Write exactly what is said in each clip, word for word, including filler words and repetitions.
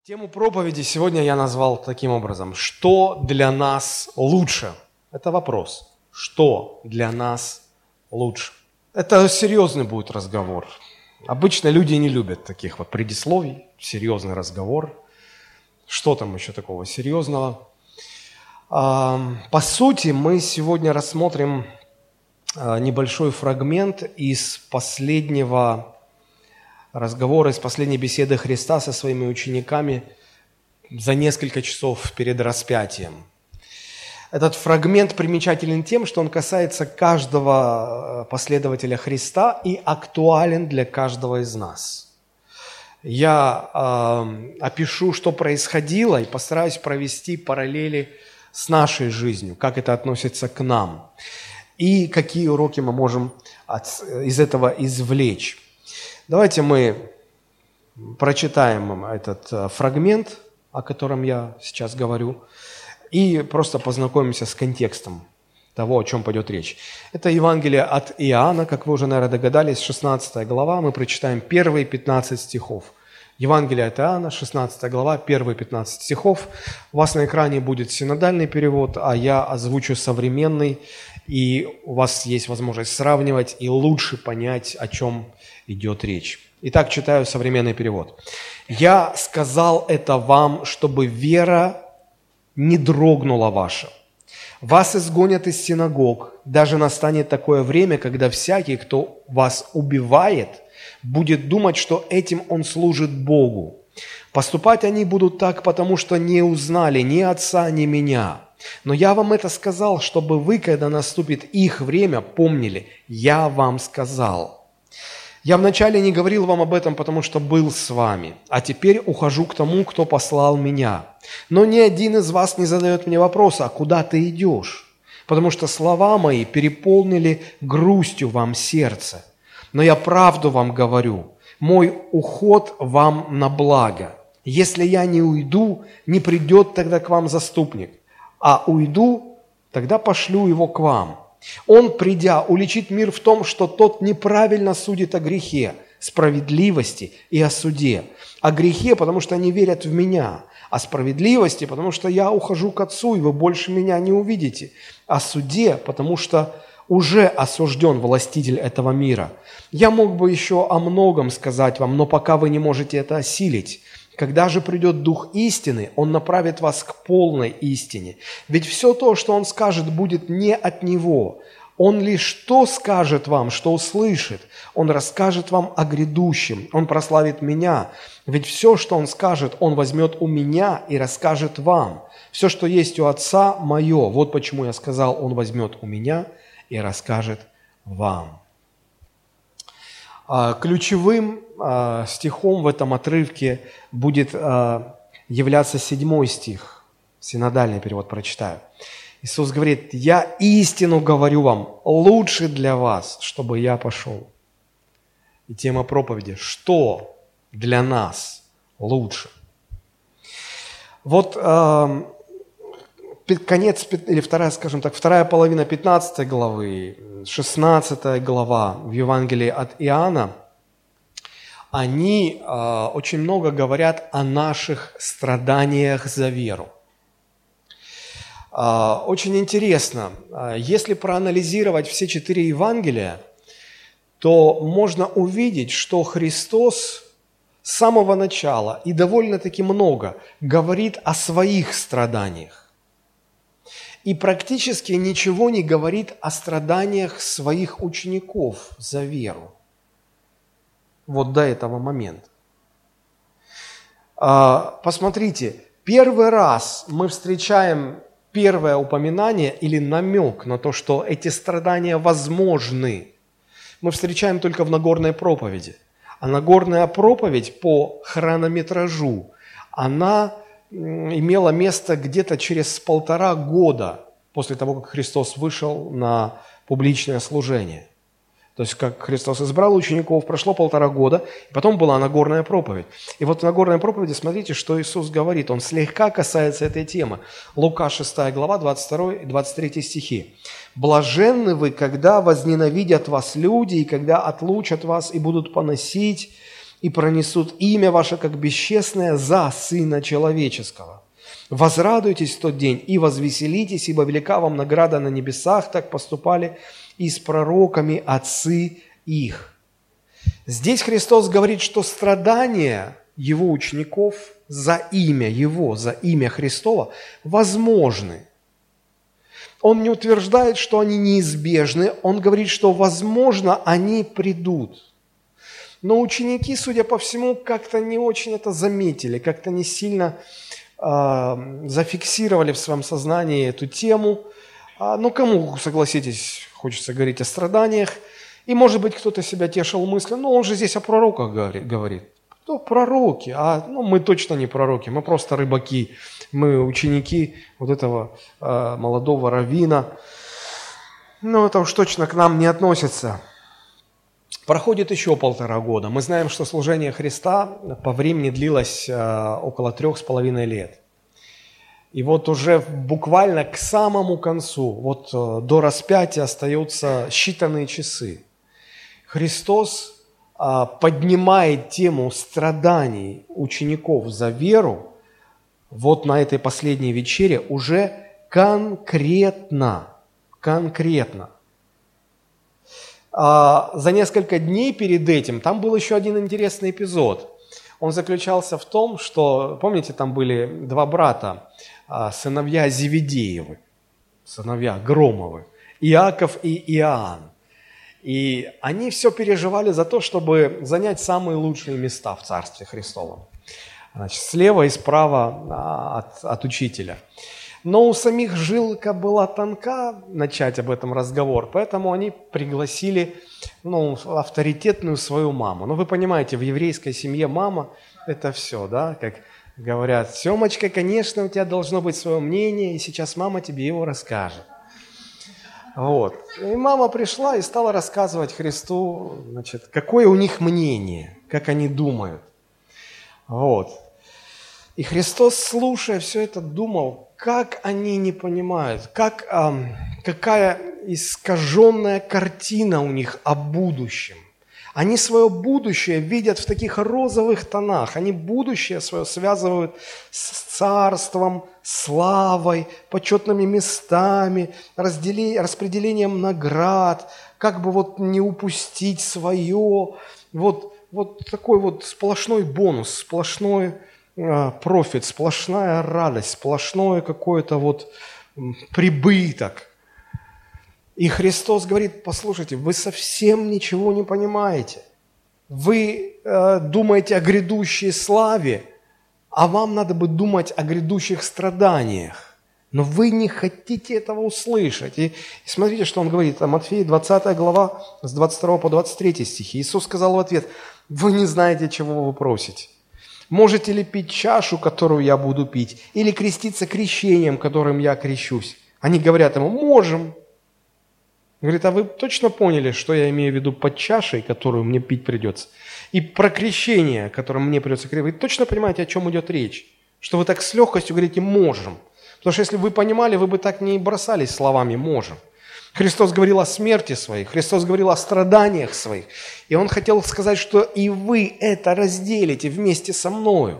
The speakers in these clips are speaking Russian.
Тему проповеди сегодня я назвал таким образом: что для нас лучше? Это вопрос. Что для нас лучше? Это серьезный будет разговор. Обычно люди не любят таких вот предисловий, серьезный разговор. Что там еще такого серьезного? По сути, мы сегодня рассмотрим небольшой фрагмент из последнего разговора, из последней беседы Христа со своими учениками за несколько часов перед распятием. Этот фрагмент примечателен тем, что он касается каждого последователя Христа и актуален для каждого из нас. Я э, опишу, что происходило, и постараюсь провести параллели с нашей жизнью, как это относится к нам, и какие уроки мы можем от, из этого извлечь. Давайте мы прочитаем этот фрагмент, о котором я сейчас говорю, и просто познакомимся с контекстом того, о чем пойдет речь. Это Евангелие от Иоанна, как вы уже, наверное, догадались, шестнадцатая глава, мы прочитаем первые пятнадцать стихов. Евангелие от Иоанна, шестнадцатая глава, первые пятнадцать стихов. У вас на экране будет синодальный перевод, а я озвучу современный, и у вас есть возможность сравнивать и лучше понять, о чем идет речь. Итак, читаю современный перевод. «Я сказал это вам, чтобы вера не дрогнула ваша. Вас изгонят из синагог, даже настанет такое время, когда всякий, кто вас убивает, будет думать, что этим он служит Богу. Поступать они будут так, потому что не узнали ни Отца, ни Меня. Но я вам это сказал, чтобы вы, когда наступит их время, помнили, я вам сказал. Я вначале не говорил вам об этом, потому что был с вами, а теперь ухожу к тому, кто послал меня. Но ни один из вас не задает мне вопроса, а куда ты идешь? Потому что слова мои переполнили грустью вам сердце. Но я правду вам говорю, мой уход вам на благо. Если я не уйду, не придет тогда к вам заступник, а уйду, тогда пошлю его к вам. Он, придя, уличит мир в том, что тот неправильно судит о грехе, справедливости и о суде. О грехе, потому что они верят в меня, о справедливости, потому что я ухожу к Отцу, и вы больше меня не увидите, о суде, потому что уже осужден властитель этого мира. Я мог бы еще о многом сказать вам, но пока вы не можете это осилить. Когда же придет Дух истины, Он направит вас к полной истине. Ведь все то, что Он скажет, будет не от Него. Он лишь то скажет вам, что услышит. Он расскажет вам о грядущем. Он прославит Меня. Ведь все, что Он скажет, Он возьмет у Меня и расскажет вам. Все, что есть у Отца, Мое. Вот почему я сказал, Он возьмет у Меня и расскажет вам». Ключевым стихом в этом отрывке будет являться седьмой стих. Синодальный перевод прочитаю. Иисус говорит: «Я истину говорю вам, лучше для вас, чтобы я пошел». И тема проповеди: что для нас лучше? Вот э, конец, или вторая, скажем так, вторая половина пятнадцатой главы, шестнадцатая глава в Евангелии от Иоанна, они э, очень много говорят о наших страданиях за веру. Э, очень интересно, э, если проанализировать все четыре Евангелия, то можно увидеть, что Христос с самого начала и довольно-таки много говорит о своих страданиях. И практически ничего не говорит о страданиях своих учеников за веру. Вот до этого момента. Посмотрите, первый раз мы встречаем первое упоминание или намек на то, что эти страдания возможны. Мы встречаем только в Нагорной проповеди. А Нагорная проповедь по хронометражу, она имела место где-то через полтора года после того, как Христос вышел на публичное служение. То есть, как Христос избрал учеников, прошло полтора года, и потом была Нагорная проповедь. И вот в Нагорной проповеди, смотрите, что Иисус говорит. Он слегка касается этой темы. Лука шестая глава, двадцать второй и двадцать третий стихи. «Блаженны вы, когда возненавидят вас люди, и когда отлучат вас и будут поносить, и пронесут имя ваше, как бесчестное, за Сына Человеческого. Возрадуйтесь в тот день и возвеселитесь, ибо велика вам награда на небесах, так поступали и с пророками отцы их». Здесь Христос говорит, что страдания Его учеников за имя Его, за имя Христова возможны. Он не утверждает, что они неизбежны, Он говорит, что, возможно, они придут. Но ученики, судя по всему, как-то не очень это заметили, как-то не сильно э, зафиксировали в своем сознании эту тему. А, ну, кому, согласитесь, хочется говорить о страданиях. И, может быть, кто-то себя тешил мыслью, ну, он же здесь о пророках говорит. Ну, пророки, а ну, мы точно не пророки, мы просто рыбаки, мы ученики вот этого э, молодого раввина. Ну, это уж точно к нам не относится. Проходит еще полтора года. Мы знаем, что служение Христа по времени длилось э, около трех с половиной лет. И вот уже буквально к самому концу, вот э, до распятия остаются считанные часы. Христос э, поднимает тему страданий учеников за веру вот на этой последней вечере уже конкретно, конкретно. А за несколько дней перед этим там был еще один интересный эпизод. Он заключался в том, что, помните, там были два брата, сыновья Зеведеевы, сыновья Громовы, Иаков и Иоанн. И они все переживали за то, чтобы занять самые лучшие места в Царстве Христовом. Значит, слева и справа от, от учителя. Но у самих жилка была тонка начать об этом разговор, поэтому они пригласили ну, авторитетную свою маму. Ну, вы понимаете, в еврейской семье мама – это все, да, как говорят, Семочка, конечно, у тебя должно быть свое мнение, и сейчас мама тебе его расскажет. Вот. И мама пришла и стала рассказывать Христу, значит, какое у них мнение, как они думают. Вот. И Христос, слушая все это, думал, как они не понимают, как, эм, какая искаженная картина у них о будущем. Они свое будущее видят в таких розовых тонах. Они будущее свое связывают с царством, славой, почетными местами, раздели... распределением наград, как бы вот не упустить свое. Вот, вот такой вот сплошной бонус, сплошной э, профит, сплошная радость, сплошное какое-то вот прибыток. И Христос говорит, послушайте, вы совсем ничего не понимаете. Вы э, думаете о грядущей славе, а вам надо бы думать о грядущих страданиях. Но вы не хотите этого услышать. И, и смотрите, что он говорит. Матфея двадцатая глава, с двадцать второго по двадцать третий стихи. Иисус сказал в ответ, вы не знаете, чего вы просите. Можете ли пить чашу, которую я буду пить, или креститься крещением, которым я крещусь? Они говорят ему, можем. Говорит, а вы точно поняли, что я имею в виду под чашей, которую мне пить придется? И про крещение, которым мне придется креститься. Вы точно понимаете, о чем идет речь? Что вы так с легкостью говорите «можем». Потому что если бы вы понимали, вы бы так не бросались словами «можем». Христос говорил о смерти своей, Христос говорил о страданиях своих. И Он хотел сказать, что и вы это разделите вместе со мною.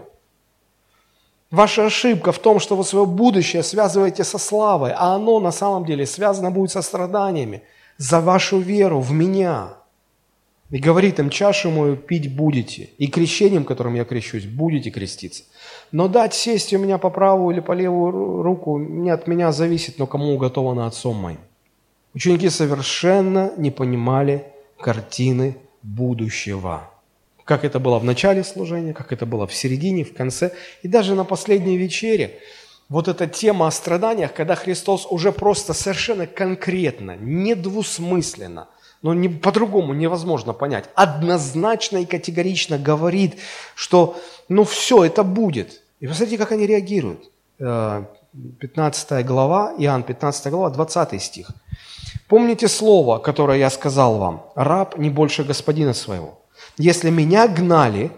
Ваша ошибка в том, что вы свое будущее связываете со славой, а оно на самом деле связано будет со страданиями за вашу веру в Меня. И говорит им, чашу мою пить будете, и крещением, которым я крещусь, будете креститься. Но дать сесть у меня по правую или по левую руку не от меня зависит, но кому уготовано Отцом моим. Ученики совершенно не понимали картины будущего. Как это было в начале служения, как это было в середине, в конце. И даже на последней вечере вот эта тема о страданиях, когда Христос уже просто совершенно конкретно, недвусмысленно, но не, по-другому невозможно понять, однозначно и категорично говорит, что ну все, это будет. И посмотрите, как они реагируют. пятнадцатая глава, Иоанн пятнадцатая глава, двадцатый стих. «Помните слово, которое я сказал вам, раб не больше господина своего. Если меня гнали,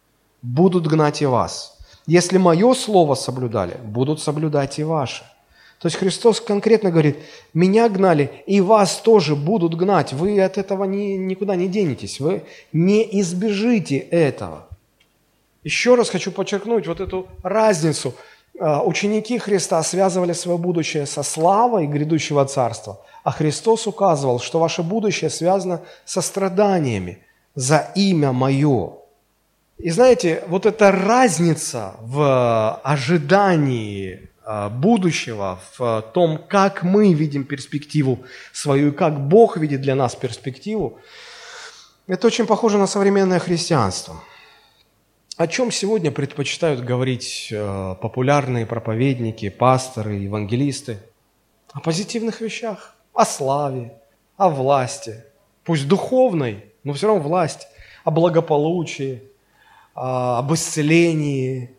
будут гнать и вас. Если мое слово соблюдали, будут соблюдать и ваше. То есть Христос конкретно говорит, меня гнали, и вас тоже будут гнать. Вы от этого ни, никуда не денетесь, вы не избежите этого. Еще раз хочу подчеркнуть вот эту разницу. Ученики Христа связывали свое будущее со славой грядущего царства, а Христос указывал, что ваше будущее связано со страданиями за имя Мое. И знаете, вот эта разница в ожидании будущего, в том, как мы видим перспективу свою и как Бог видит для нас перспективу, это очень похоже на современное христианство. О чем сегодня предпочитают говорить популярные проповедники, пасторы, евангелисты? О позитивных вещах, о славе, о власти, пусть духовной, но все равно власть, о благополучии, об исцелении,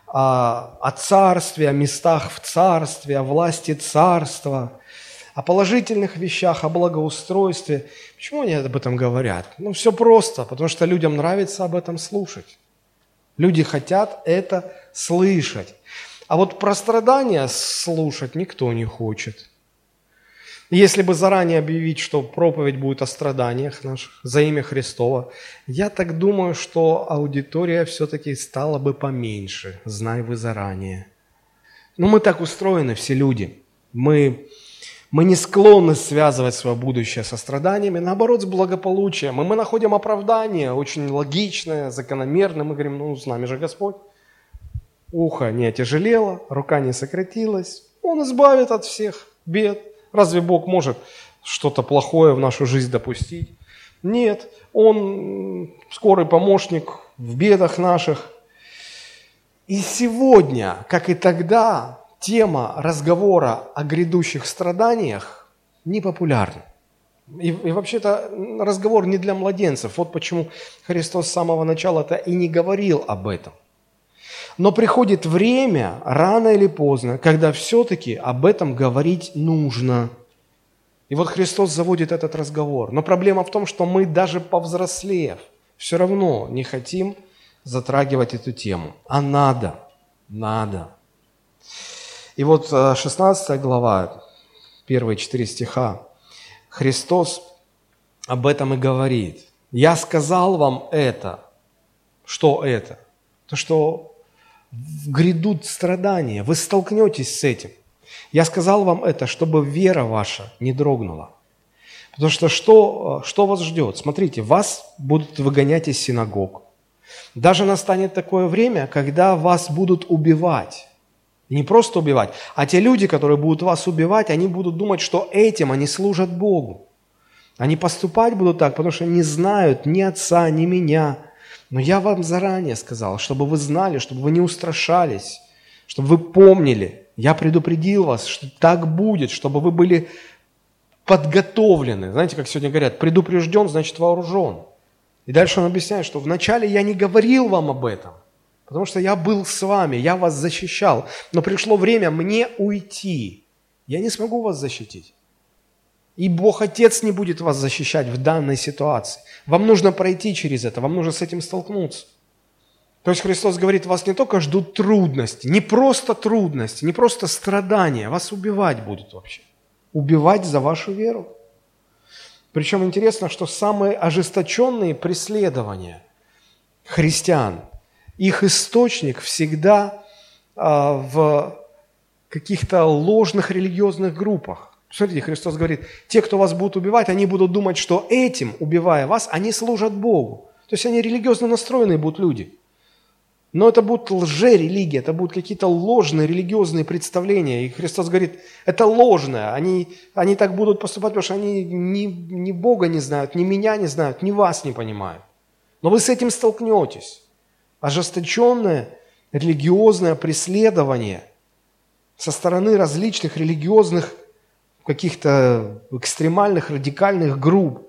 о царстве, о местах в царстве, о власти царства, о положительных вещах, о благоустройстве. Почему они об этом говорят? Ну, все просто, потому что людям нравится об этом слушать. Люди хотят это слышать. А вот про страдания слушать никто не хочет. Если бы заранее объявить, что проповедь будет о страданиях наших за имя Христово, я так думаю, что аудитория все-таки стала бы поменьше, знай вы заранее. Но мы так устроены, все люди. Мы, мы не склонны связывать свое будущее со страданиями, наоборот, с благополучием. И мы находим оправдание, очень логичное, закономерное. Мы говорим, ну, с нами же Господь. Ухо не отяжелело, рука не сократилась. Он избавит от всех бед. Разве Бог может что-то плохое в нашу жизнь допустить? Нет, Он скорый помощник в бедах наших. И сегодня, как и тогда, тема разговора о грядущих страданиях не популярна. И, и вообще-то разговор не для младенцев. Вот почему Христос с самого начала-то и не говорил об этом. Но приходит время, рано или поздно, когда все-таки об этом говорить нужно. И вот Христос заводит этот разговор. Но проблема в том, что мы даже повзрослев, все равно не хотим затрагивать эту тему. А надо, надо. И вот шестнадцатая глава, первые четыре стиха, Христос об этом и говорит. «Я сказал вам это». Что это? То, что грядут страдания, вы столкнетесь с этим. Я сказал вам это, чтобы вера ваша не дрогнула. Потому что что, что вас ждет? Смотрите, вас будут выгонять из синагог. Даже настанет такое время, когда вас будут убивать. И не просто убивать, а те люди, которые будут вас убивать, они будут думать, что этим они служат Богу. Они поступать будут так, потому что не знают ни Отца, ни Меня. Но я вам заранее сказал, чтобы вы знали, чтобы вы не устрашались, чтобы вы помнили. Я предупредил вас, что так будет, чтобы вы были подготовлены. Знаете, как сегодня говорят, предупрежден, значит вооружен. И дальше он объясняет, что вначале я не говорил вам об этом, потому что я был с вами, я вас защищал. Но пришло время мне уйти. Я не смогу вас защитить. И Бог Отец не будет вас защищать в данной ситуации. Вам нужно пройти через это, вам нужно с этим столкнуться. То есть Христос говорит, вас не только ждут трудности, не просто трудности, не просто страдания, вас убивать будут вообще. Убивать за вашу веру. Причем интересно, что самые ожесточенные преследования христиан, их источник всегда а, в каких-то ложных религиозных группах. Смотрите, Христос говорит, те, кто вас будут убивать, они будут думать, что этим, убивая вас, они служат Богу. То есть они религиозно настроенные будут люди. Но это будут лжерелигии, это будут какие-то ложные религиозные представления. И Христос говорит, это ложное. Они, они так будут поступать, потому что они ни, ни Бога не знают, ни меня не знают, ни вас не понимают. Но вы с этим столкнетесь. Ожесточенное религиозное преследование со стороны различных религиозных каких-то экстремальных, радикальных групп.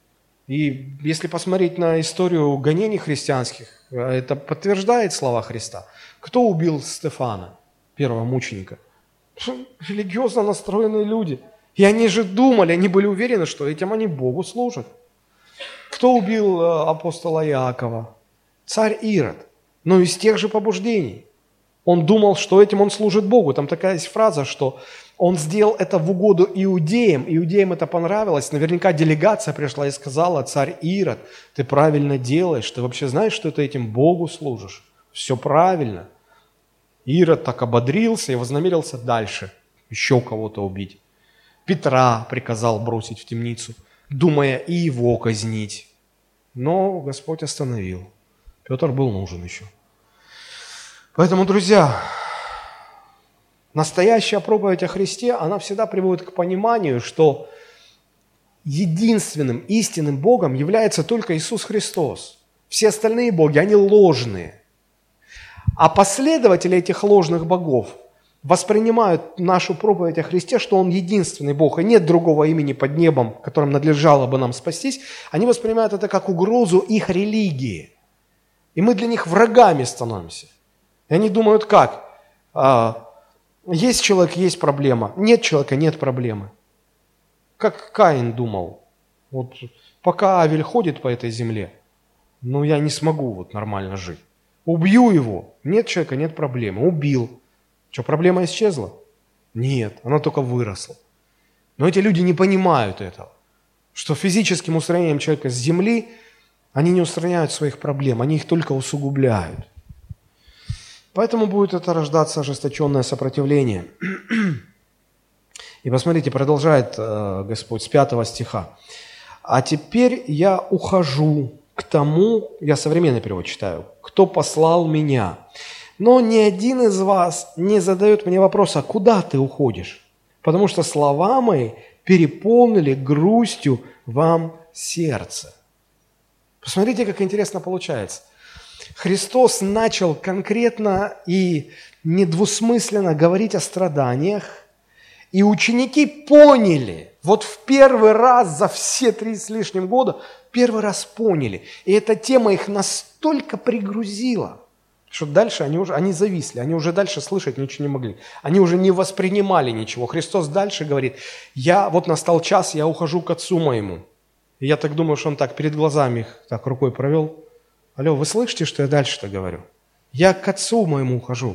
И если посмотреть на историю гонений христианских, это подтверждает слова Христа. Кто убил Стефана, первого мученика? Религиозно настроенные люди. И они же думали, они были уверены, что этим они Богу служат. Кто убил апостола Иакова? Царь Ирод. Но из тех же побуждений. Он думал, что этим он служит Богу. Там такая есть фраза, что он сделал это в угоду иудеям. Иудеям это понравилось. Наверняка делегация пришла и сказала: царь Ирод, ты правильно делаешь. Ты вообще знаешь, что ты этим Богу служишь? Все правильно. Ирод так ободрился и вознамерился дальше еще кого-то убить. Петра приказал бросить в темницу, думая и его казнить. Но Господь остановил. Петр был нужен еще. Поэтому, друзья, настоящая проповедь о Христе, она всегда приводит к пониманию, что единственным истинным Богом является только Иисус Христос. Все остальные боги, они ложные. А последователи этих ложных богов воспринимают нашу проповедь о Христе, что Он единственный Бог, и нет другого имени под небом, которым надлежало бы нам спастись. Они воспринимают это как угрозу их религии. И мы для них врагами становимся. И они думают, как? А, есть человек, есть проблема. Нет человека, нет проблемы. Как Каин думал. Вот пока Авель ходит по этой земле, ну я не смогу вот нормально жить. Убью его. Нет человека, нет проблемы. Убил. Что, проблема исчезла? Нет, она только выросла. Но эти люди не понимают этого, что физическим устранением человека с земли они не устраняют своих проблем, они их только усугубляют. Поэтому будет это рождаться ожесточенное сопротивление. И посмотрите, продолжает э, Господь с пятого стиха. «А теперь я ухожу к тому, я современный перевод читаю, кто послал меня. Но ни один из вас не задает мне вопроса, куда ты уходишь? Потому что слова мои переполнили грустью вам сердце». Посмотрите, как интересно получается. Христос начал конкретно и недвусмысленно говорить о страданиях, и ученики поняли, вот в первый раз за все три с лишним года, первый раз поняли. И эта тема их настолько пригрузила, что дальше они уже, они зависли, они уже дальше слышать ничего не могли. Они уже не воспринимали ничего. Христос дальше говорит: я, вот настал час, я ухожу к Отцу моему. И я так думаю, что он так перед глазами их так рукой провел. Алло, вы слышите, что я дальше-то говорю? Я к Отцу моему ухожу.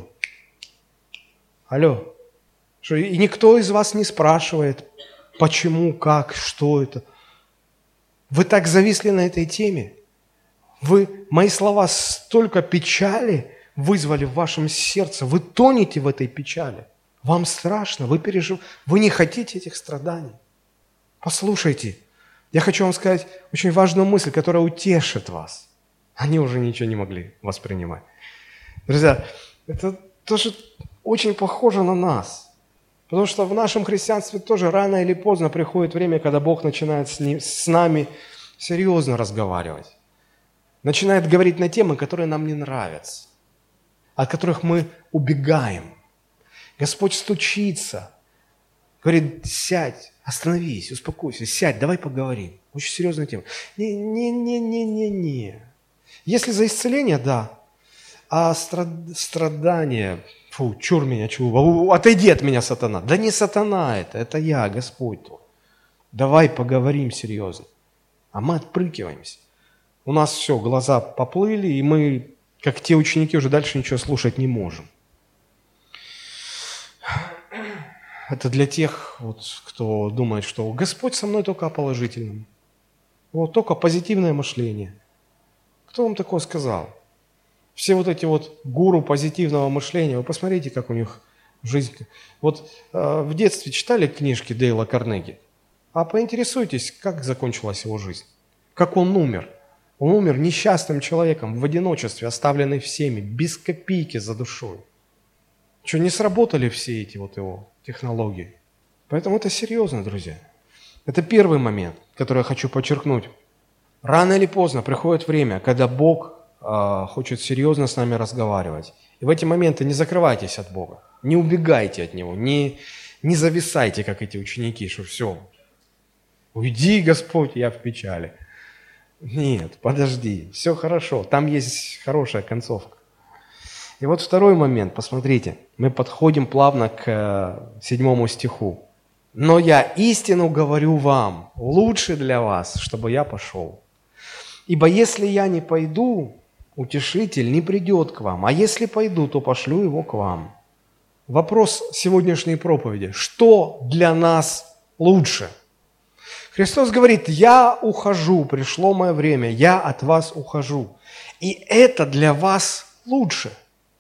Алло. Что, и никто из вас не спрашивает, почему, как, что это. Вы так зависли на этой теме. Вы, мои слова столько печали вызвали в вашем сердце. Вы тонете в этой печали. Вам страшно, вы пережив... Вы не хотите этих страданий. Послушайте, я хочу вам сказать очень важную мысль, которая утешит вас. Они уже ничего не могли воспринимать. Друзья, это тоже очень похоже на нас. Потому что в нашем христианстве тоже рано или поздно приходит время, когда Бог начинает с, ним, с нами серьезно разговаривать. Начинает говорить на темы, которые нам не нравятся, от которых мы убегаем. Господь стучится, говорит: сядь, остановись, успокойся, сядь, давай поговорим. Очень серьезная тема. Не-не-не-не-не-не. Если за исцеление, да. А страд... страдания, фу, чур меня, чур, отойди от меня, сатана. Да не сатана это, это я, Господь твой. Давай поговорим серьезно. А мы отпрыкиваемся. У нас все, глаза поплыли, и мы, как те ученики, уже дальше ничего слушать не можем. Это для тех, вот, кто думает, что Господь со мной только о положительном. Вот только позитивное мышление. Кто вам такое сказал? Все вот эти вот гуру позитивного мышления, вы посмотрите, как у них жизнь. Вот э, в детстве читали книжки Дейла Карнеги, а поинтересуйтесь, как закончилась его жизнь, как он умер. Он умер несчастным человеком, в одиночестве, оставленный всеми, без копейки за душой. Что, не сработали все эти вот его технологии? Поэтому это серьезно, друзья. Это первый момент, который я хочу подчеркнуть. Рано или поздно приходит время, когда Бог э, хочет серьезно с нами разговаривать. И в эти моменты не закрывайтесь от Бога, не убегайте от Него, не, не зависайте, как эти ученики, что все, уйди, Господь, я в печали. Нет, подожди, все хорошо, там есть хорошая концовка. И вот второй момент, посмотрите, мы подходим плавно к э, седьмому стиху. «Но я истину говорю вам, лучше для вас, чтобы я пошел. Ибо если я не пойду, утешитель не придет к вам, а если пойду, то пошлю его к вам. Вопрос сегодняшней проповеди. Что для нас лучше? Христос говорит, я ухожу, пришло мое время, я от вас ухожу. И это для вас лучше.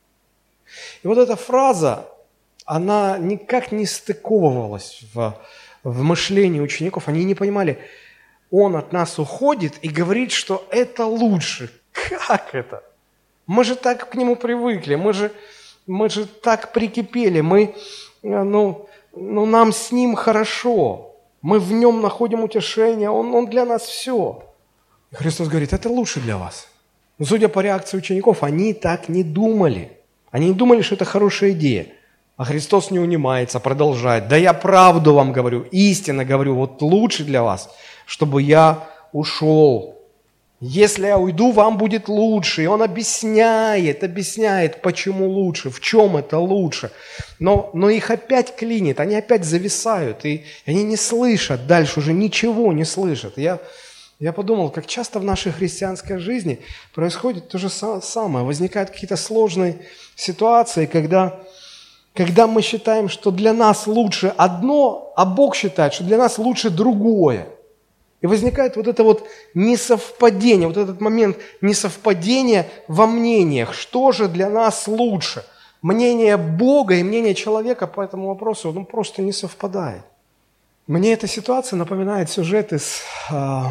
И вот эта фраза, она никак не стыковывалась в, в мышлении учеников. Они не понимали, он от нас уходит и говорит, что это лучше. Как это? Мы же так к нему привыкли, мы же, мы же так прикипели, мы, ну, ну, нам с ним хорошо, мы в нем находим утешение, он, он для нас все. И Христос говорит, это лучше для вас. Но судя по реакции учеников, они так не думали. Они не думали, что это хорошая идея. А Христос не унимается, продолжает. Да я правду вам говорю, истинно говорю, вот лучше для вас, чтобы я ушел. Если я уйду, вам будет лучше. И он объясняет, объясняет, почему лучше, в чем это лучше. Но, но их опять клинит, они опять зависают, и они не слышат, дальше уже ничего не слышат. Я, я подумал, как часто в нашей христианской жизни происходит то же самое. Возникают какие-то сложные ситуации, когда, когда мы считаем, что для нас лучше одно, а Бог считает, что для нас лучше другое. И возникает вот это вот несовпадение, вот этот момент несовпадения во мнениях. Что же для нас лучше? Мнение Бога и мнение человека по этому вопросу ну, просто не совпадает. Мне эта ситуация напоминает сюжет из, а,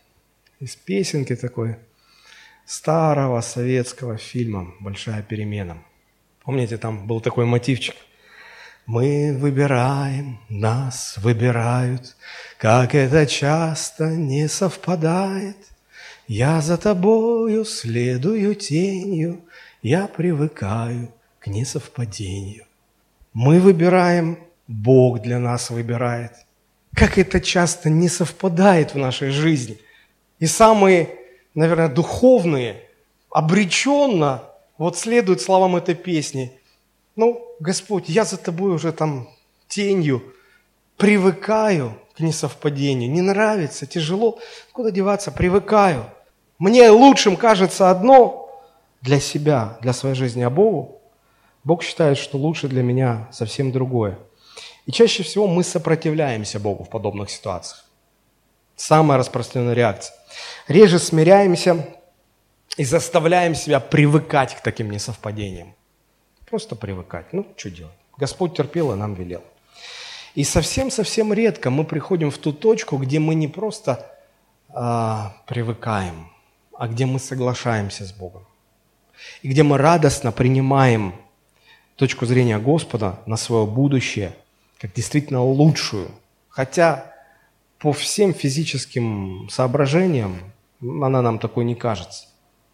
из песенки такой старого советского фильма «Большая перемена». Помните, там был такой мотивчик? Мы выбираем, нас выбирают, как это часто не совпадает. Я за тобою следую тенью, я привыкаю к несовпадению. Мы выбираем, Бог для нас выбирает. Как это часто не совпадает в нашей жизни. И самые, наверное, духовные, обреченно вот следуют словам этой песни. Ну, Господь, я за тобой уже там тенью привыкаю к несовпадению. Не нравится, тяжело. Куда деваться? Привыкаю. Мне лучшим кажется одно для себя, для своей жизни, а Богу, Бог считает, что лучше для меня совсем другое. И чаще всего мы сопротивляемся Богу в подобных ситуациях. Самая распространенная реакция. Реже смиряемся и заставляем себя привыкать к таким несовпадениям. Просто привыкать. Ну, что делать? Господь терпел и нам велел. И совсем-совсем редко мы приходим в ту точку, где мы не просто а, привыкаем, а где мы соглашаемся с Богом. И где мы радостно принимаем точку зрения Господа на свое будущее, как действительно лучшую. Хотя по всем физическим соображениям она нам такой не кажется.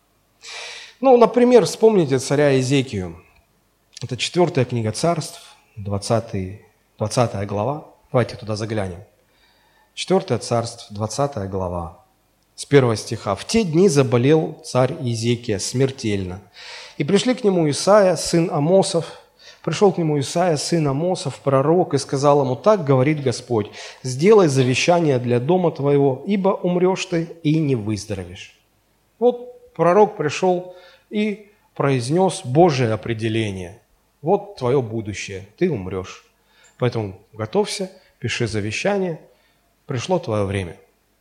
Ну, например, вспомните царя Иезекию. Это четвертая книга Царств, двадцатая глава. Давайте туда заглянем. Четвертое Царств, двадцатая глава, с первого стиха. «В те дни заболел царь Иезекия смертельно. И пришли к нему Исаия, сын Амосов. Пришел к нему Исаия, сын Амосов, пророк, и сказал ему, так говорит Господь, сделай завещание для дома твоего, ибо умрешь ты и не выздоровеешь». Вот пророк пришел и произнес Божие определение. Вот твое будущее, ты умрешь. Поэтому готовься, пиши завещание, пришло твое время.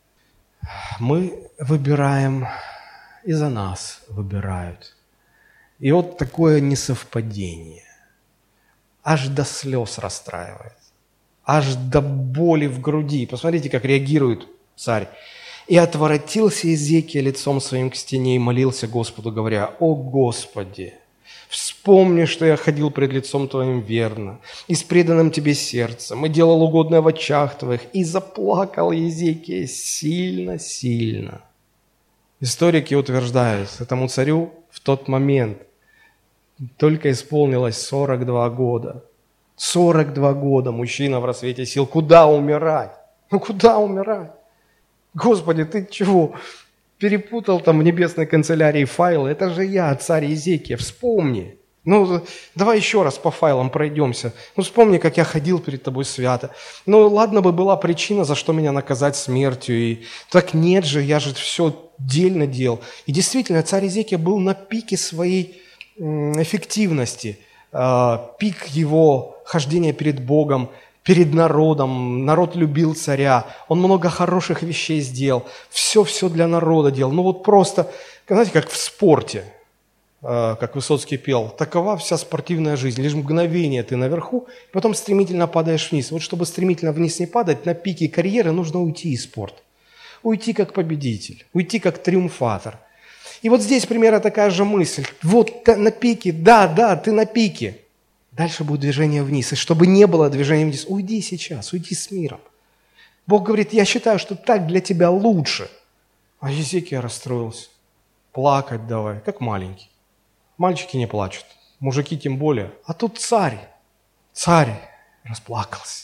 Мы выбираем, и за нас выбирают. И вот такое несовпадение. Аж до слез расстраивает. Аж до боли в груди. Посмотрите, как реагирует царь. «И отворотился Иезекия лицом своим к стене и молился Господу, говоря, «О Господи, вспомни, что я ходил пред лицом Твоим верно, и с преданным Тебе сердцем, и делал угодное в очах Твоих, и заплакал Иезекия сильно-сильно». Историки утверждают, этому царю в тот момент только исполнилось сорок два года. сорок два года мужчина в рассвете сил. Куда умирать? Ну куда умирать? Господи, ты чего? Перепутал там в небесной канцелярии файлы? Это же я, царь Иезекия, вспомни. Ну, давай еще раз по файлам пройдемся. Ну, вспомни, как я ходил перед тобой свято. Ну, ладно бы была причина, за что меня наказать смертью. И так нет же, я же все дельно делал. И действительно, царь Иезекия был на пике своей эффективности, пик его хождения перед Богом, перед народом. Народ любил царя, он много хороших вещей сделал, все-все для народа делал. Ну вот просто, знаете, как в спорте, как Высоцкий пел, такова вся спортивная жизнь, лишь мгновение ты наверху, потом стремительно падаешь вниз. Вот чтобы стремительно вниз не падать, на пике карьеры нужно уйти из спорта. Уйти как победитель, уйти как триумфатор. И вот здесь примерно такая же мысль. Вот на пике, да, да, ты на пике. Дальше будет движение вниз. И чтобы не было движения вниз, уйди сейчас, уйди с миром. Бог говорит, я считаю, что так для тебя лучше. А Иезекия расстроился. Плакать давай, как маленький. Мальчики не плачут, мужики тем более. А тут царь, царь расплакался.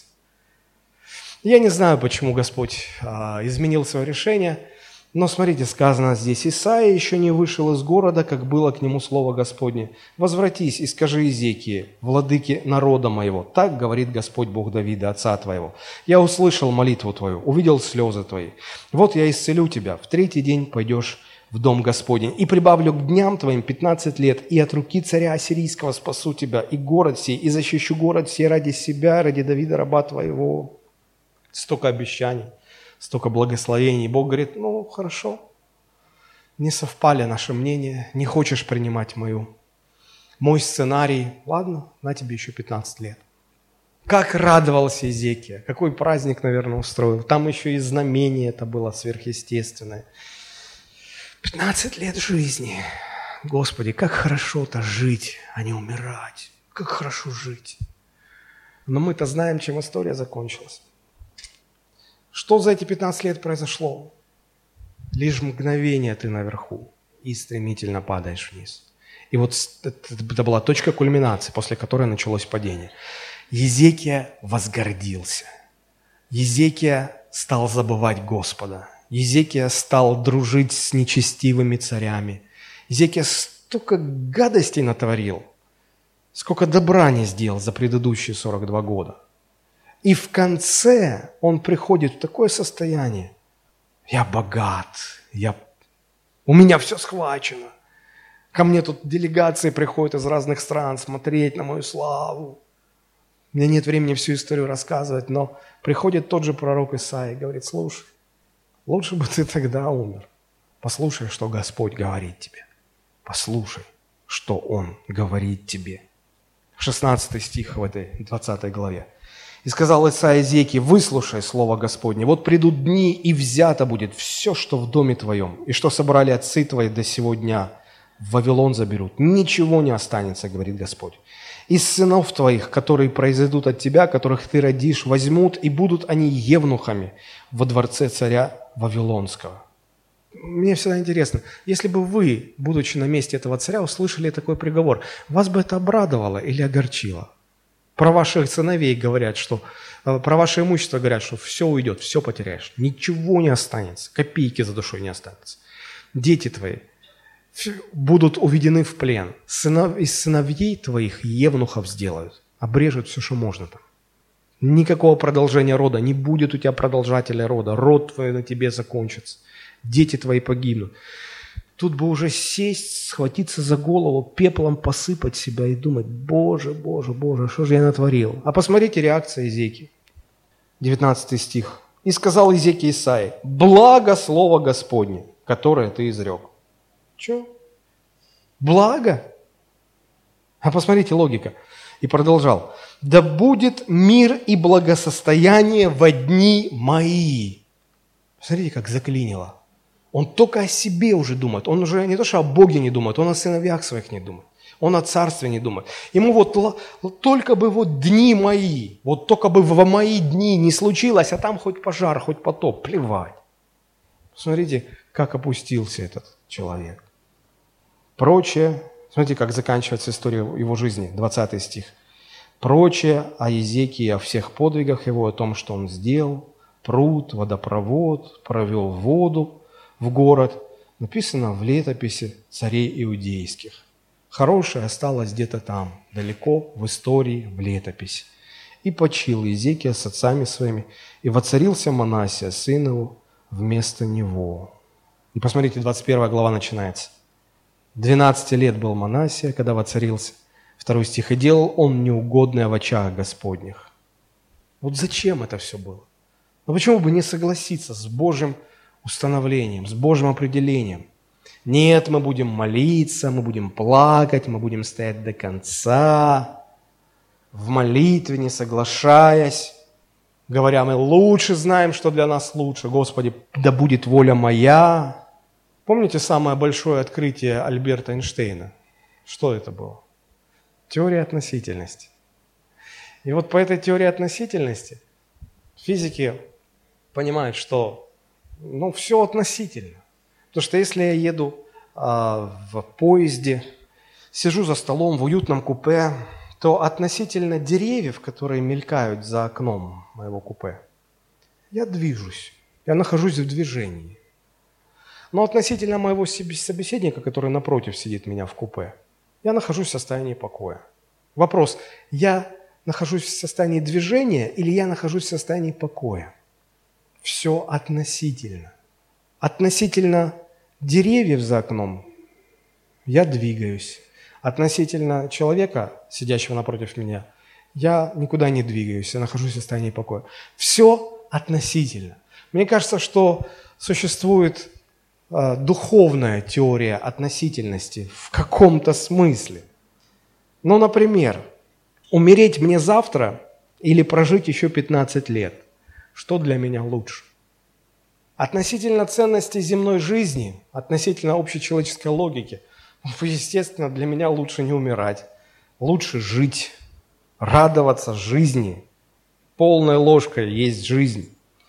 Я не знаю, почему Господь а, изменил свое решение. Но смотрите, сказано здесь, Исаия еще не вышел из города, как было к нему слово Господне. Возвратись и скажи Иезекии, владыке народа моего. Так говорит Господь Бог Давида, отца твоего. Я услышал молитву твою, увидел слезы твои. Вот я исцелю тебя, в третий день пойдешь в дом Господень. И прибавлю к дням твоим пятнадцать лет, и от руки царя ассирийского спасу тебя, и город сей, и защищу город сей ради себя, ради Давида, раба твоего. Столько обещаний. Столько благословений. Бог говорит, ну, хорошо, не совпали наши мнения, не хочешь принимать мою, мой сценарий. Ладно, на тебе еще пятнадцать лет. Как радовался Иезекия, какой праздник, наверное, устроил. Там еще и знамение это было сверхъестественное. пятнадцать лет жизни. Господи, как хорошо-то жить, а не умирать. Как хорошо жить. Но мы-то знаем, чем история закончилась. Что за эти пятнадцать лет произошло? Лишь мгновение ты наверху и стремительно падаешь вниз. И вот это была точка кульминации, после которой началось падение. Иезекия возгордился. Иезекия стал забывать Господа. Иезекия стал дружить с нечестивыми царями. Иезекия столько гадостей натворил, сколько добра не сделал за предыдущие сорок два года. И в конце он приходит в такое состояние. Я богат, я... у меня все схвачено. Ко мне тут делегации приходят из разных стран смотреть на мою славу. У меня нет времени всю историю рассказывать, но приходит тот же пророк Исаия и говорит, слушай, лучше бы ты тогда умер. Послушай, что Господь говорит тебе. Послушай, что Он говорит тебе. шестнадцатый стих в этой двадцатой главе. И сказал Исаия Иезекии, выслушай слово Господне. Вот придут дни, и взято будет все, что в доме твоем, и что собрали отцы твои до сего дня. В Вавилон заберут. Ничего не останется, говорит Господь. Из сынов твоих, которые произойдут от тебя, которых ты родишь, возьмут, и будут они евнухами во дворце царя Вавилонского. Мне всегда интересно, если бы вы, будучи на месте этого царя, услышали такой приговор, вас бы это обрадовало или огорчило? Про ваших сыновей говорят, что про ваше имущество говорят, что все уйдет, все потеряешь, ничего не останется, копейки за душой не останется. Дети твои будут уведены в плен, сынов, из сыновей твоих евнухов сделают, обрежут все, что можно там. Никакого продолжения рода, не будет у тебя продолжателя рода, род твой на тебе закончится, дети твои погибнут. Тут бы уже сесть, схватиться за голову, пеплом посыпать себя и думать, Боже, Боже, Боже, что же я натворил? А посмотрите реакция Иезекии. девятнадцатый стих. «И сказал Иезекия Исаии, благо слово Господне, которое ты изрек». Че? Благо? А посмотрите, логика. И продолжал. «Да будет мир и благосостояние во дни мои». Посмотрите, как заклинило. Он только о себе уже думает. Он уже не то, что о Боге не думает, он о сыновьях своих не думает. Он о царстве не думает. Ему вот только бы вот дни мои, вот только бы во мои дни не случилось, а там хоть пожар, хоть потоп, плевать. Смотрите, как опустился этот человек. Прочее, смотрите, как заканчивается история его жизни, двадцатый стих. Прочее о Иезекии, о всех подвигах его, о том, что он сделал, пруд, водопровод, провел воду в город, написано в летописи царей иудейских. Хорошее осталось где-то там, далеко в истории, в летописи. И почил Иезекия с отцами своими, и воцарился Манассия, сын его, вместо него». И посмотрите, двадцать первая глава начинается. «Двенадцати лет был Манассия, когда воцарился». Второй стих. «И делал он неугодное в очах Господних». Вот зачем это все было? Ну почему бы не согласиться с Божьим установлением, с Божьим определением? Нет, мы будем молиться, мы будем плакать, мы будем стоять до конца, в молитве, не соглашаясь, говоря, мы лучше знаем, что для нас лучше. Господи, да будет воля моя. Помните самое большое открытие Альберта Эйнштейна? Что это было? Теория относительности. И вот по этой теории относительности физики понимают, что ну, все относительно. Потому что если я еду а, в поезде, сижу за столом в уютном купе, то относительно деревьев, которые мелькают за окном моего купе, я движусь, я нахожусь в движении. Но относительно моего собеседника, который напротив сидит меня в купе, я нахожусь в состоянии покоя. Вопрос, я нахожусь в состоянии движения или я нахожусь в состоянии покоя? Все относительно. Относительно деревьев за окном я двигаюсь. Относительно человека, сидящего напротив меня, я никуда не двигаюсь, я нахожусь в состоянии покоя. Все относительно. Мне кажется, что существует э, духовная теория относительности в каком-то смысле. Ну, например, умереть мне завтра или прожить еще пятнадцать лет. Что для меня лучше? Относительно ценности земной жизни, относительно общечеловеческой логики, естественно, для меня лучше не умирать, лучше жить, радоваться жизни. Полной ложкой есть жизнь.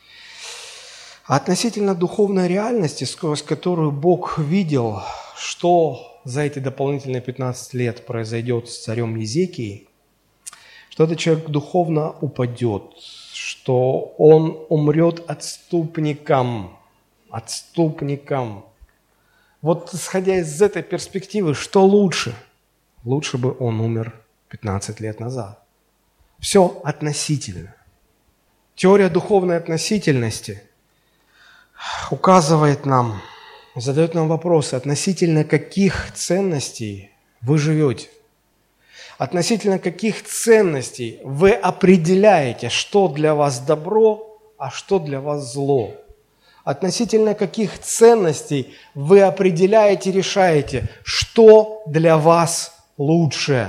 А относительно духовной реальности, сквозь которую Бог видел, что за эти дополнительные пятнадцать лет произойдет с царем Иезекией, что этот человек духовно упадет, что он умрет отступником, отступником. Вот исходя из этой перспективы, что лучше? Лучше бы он умер пятнадцать лет назад. Все относительно. Теория духовной относительности указывает нам, задает нам вопросы, относительно каких ценностей вы живете. Относительно каких ценностей вы определяете, что для вас добро, а что для вас зло. Относительно каких ценностей вы определяете, решаете, что для вас лучше.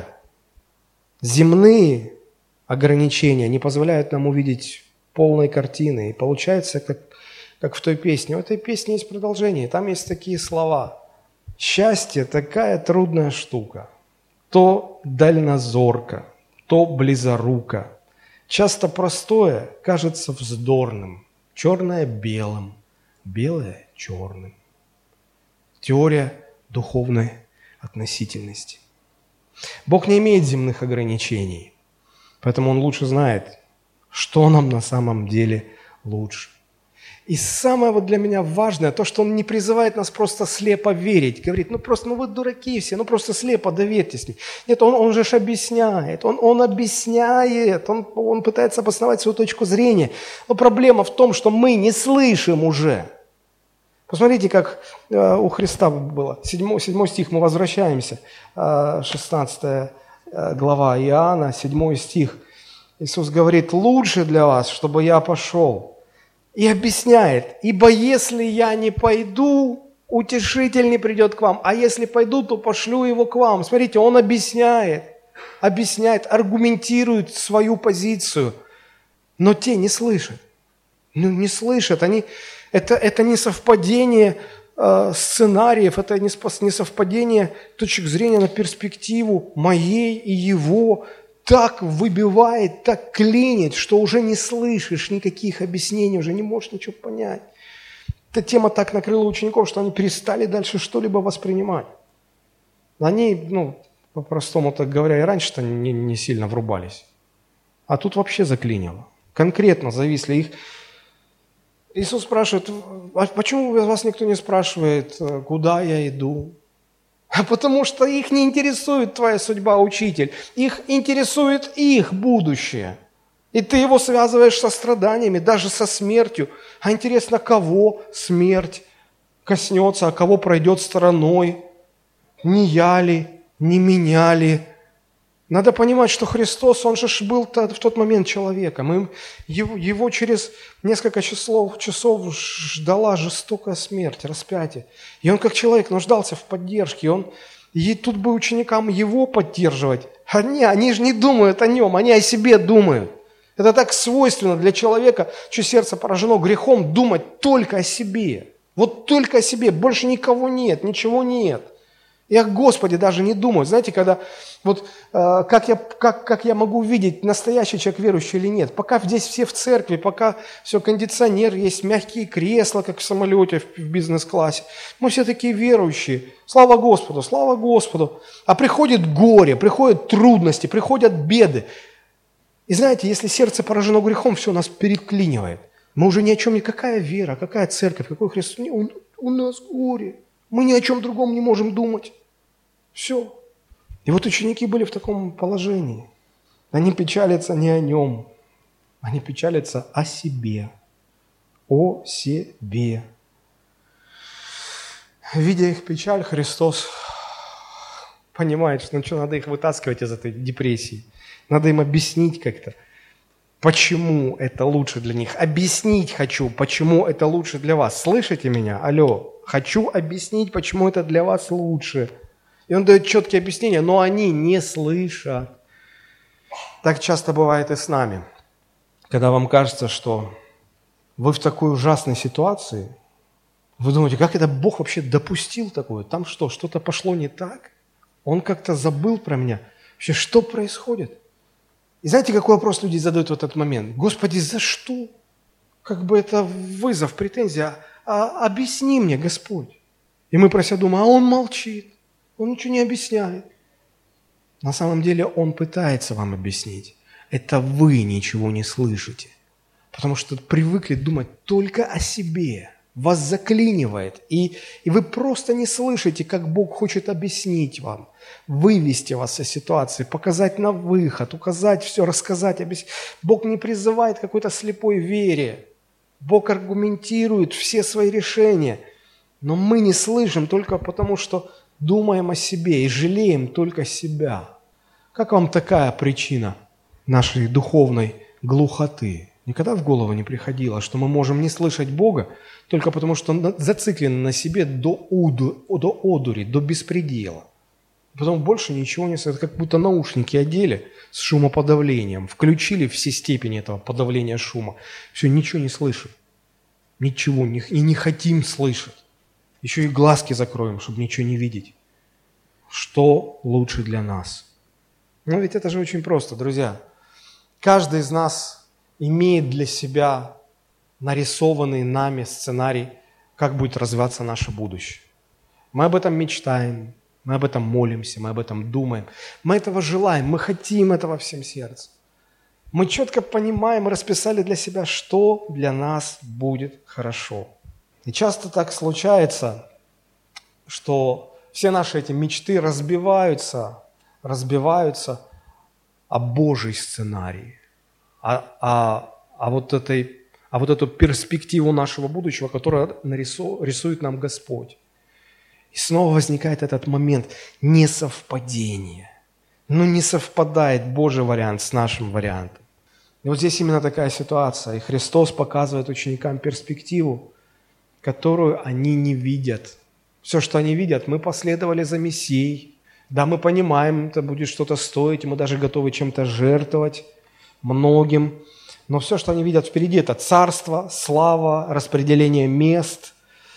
Земные ограничения не позволяют нам увидеть полной картины. И получается, как, как в той песне. У этой песни есть продолжение, там есть такие слова. Счастье такая трудная штука. То дальнозорко, то близоруко. Часто простое кажется вздорным, черное белым, белое черным. Теория духовной относительности. Бог не имеет земных ограничений, поэтому Он лучше знает, что нам на самом деле лучше. И самое вот для меня важное, то, что Он не призывает нас просто слепо верить. Говорит, ну просто, ну вы дураки все, ну просто слепо доверьтесь мне. Нет, Он, он же ж объясняет, он, он объясняет, он, он пытается обосновать свою точку зрения. Но проблема в том, что мы не слышим уже. Посмотрите, как э, у Христа было. Седьмой, седьмой стих, мы возвращаемся. Э, шестнадцатая глава Иоанна, седьмой стих. Иисус говорит, лучше для вас, чтобы я пошел. И объясняет, ибо если я не пойду, утешитель не придет к вам, а если пойду, то пошлю его к вам. Смотрите, он объясняет, объясняет, аргументирует свою позицию, но те не слышат. Ну, не слышат, они, это, это не совпадение э, сценариев, это не, не совпадение точек зрения на перспективу моей и его, так выбивает, так клинит, что уже не слышишь никаких объяснений, уже не можешь ничего понять. Эта тема так накрыла учеников, что они перестали дальше что-либо воспринимать. Они, ну, по-простому так говоря, и раньше-то не, не сильно врубались. А тут вообще заклинило. Конкретно зависли их. Иисус спрашивает, а почему вас никто не спрашивает, куда я иду? А потому что их не интересует твоя судьба, учитель. Их интересует их будущее. И ты его связываешь со страданиями, даже со смертью. А интересно, кого смерть коснется, а кого пройдет стороной? Не я ли, не меня ли? Надо понимать, что Христос, Он же был в тот момент человеком. И его, его через несколько часов, часов ждала жестокая смерть, распятие. И Он как человек нуждался в поддержке. И, он, и тут бы ученикам Его поддерживать. Они, они же не думают о Нем, они о себе думают. Это так свойственно для человека, чье сердце поражено грехом, думать только о себе. Вот только о себе, больше никого нет, ничего нет. И о Господе даже не думают. Знаете, когда вот э, как, я, как, как я могу видеть, настоящий человек верующий или нет? Пока здесь все в церкви, пока все кондиционер, есть мягкие кресла, как в самолете, в, в бизнес-классе. Мы все такие верующие. Слава Господу, слава Господу. А приходит горе, приходят трудности, приходят беды. И знаете, если сердце поражено грехом, все нас переклинивает. Мы уже ни о чем не... Какая вера, какая церковь, какой Христос? У, у нас горе. Мы ни о чем другом не можем думать. Все. И вот ученики были в таком положении. Они печалятся не о нем. Они печалятся о себе. О себе. Видя их печаль, Христос понимает, что ну, что, надо их вытаскивать из этой депрессии. Надо им объяснить как-то, почему это лучше для них. Объяснить хочу, почему это лучше для вас. Слышите меня? Алло. Хочу объяснить, почему это для вас лучше. И он дает четкие объяснения, но они не слышат. Так часто бывает и с нами. Когда вам кажется, что вы в такой ужасной ситуации, вы думаете, как это Бог вообще допустил такое? Там что, что-то пошло не так? Он как-то забыл про меня. Вообще, что происходит? И знаете, какой вопрос люди задают в этот момент? Господи, за что? Как бы это вызов, претензия. А объясни мне, Господь. И мы про себя думаем, а Он молчит, Он ничего не объясняет. На самом деле Он пытается вам объяснить. Это вы ничего не слышите. Потому что привыкли думать только о себе. Вас заклинивает. И, и вы просто не слышите, как Бог хочет объяснить вам, вывести вас из ситуации, показать на выход, указать все, рассказать, объяснить. Бог не призывает к какой-то слепой вере. Бог аргументирует все свои решения, но мы не слышим только потому, что думаем о себе и жалеем только себя. Как вам такая причина нашей духовной глухоты? Никогда в голову не приходило, что мы можем не слышать Бога только потому, что зациклены на себе до, уду, до одури, до беспредела. Потом больше ничего не слышать, как будто наушники одели с шумоподавлением, включили все степени этого подавления шума. Все, ничего не слышим. Ничего, не, и не хотим слышать. Еще и глазки закроем, чтобы ничего не видеть. Что лучше для нас? Но ведь это же очень просто, друзья. Каждый из нас имеет для себя нарисованный нами сценарий, как будет развиваться наше будущее. Мы об этом мечтаем, мы об этом молимся, мы об этом думаем. Мы этого желаем, мы хотим этого всем сердцем. Мы четко понимаем и расписали для себя, что для нас будет хорошо. И часто так случается, что все наши эти мечты разбиваются, разбиваются о Божий сценарий, а, а, а, вот этой, а вот эту перспективу нашего будущего, которую нарису, рисует нам Господь. И снова возникает этот момент несовпадения. Ну, не совпадает Божий вариант с нашим вариантом. И вот здесь именно такая ситуация. И Христос показывает ученикам перспективу, которую они не видят. Все, что они видят, мы последовали за Мессией. Да, мы понимаем, это будет что-то стоить, мы даже готовы чем-то жертвовать, многим. Но все, что они видят впереди, это царство, слава, распределение мест.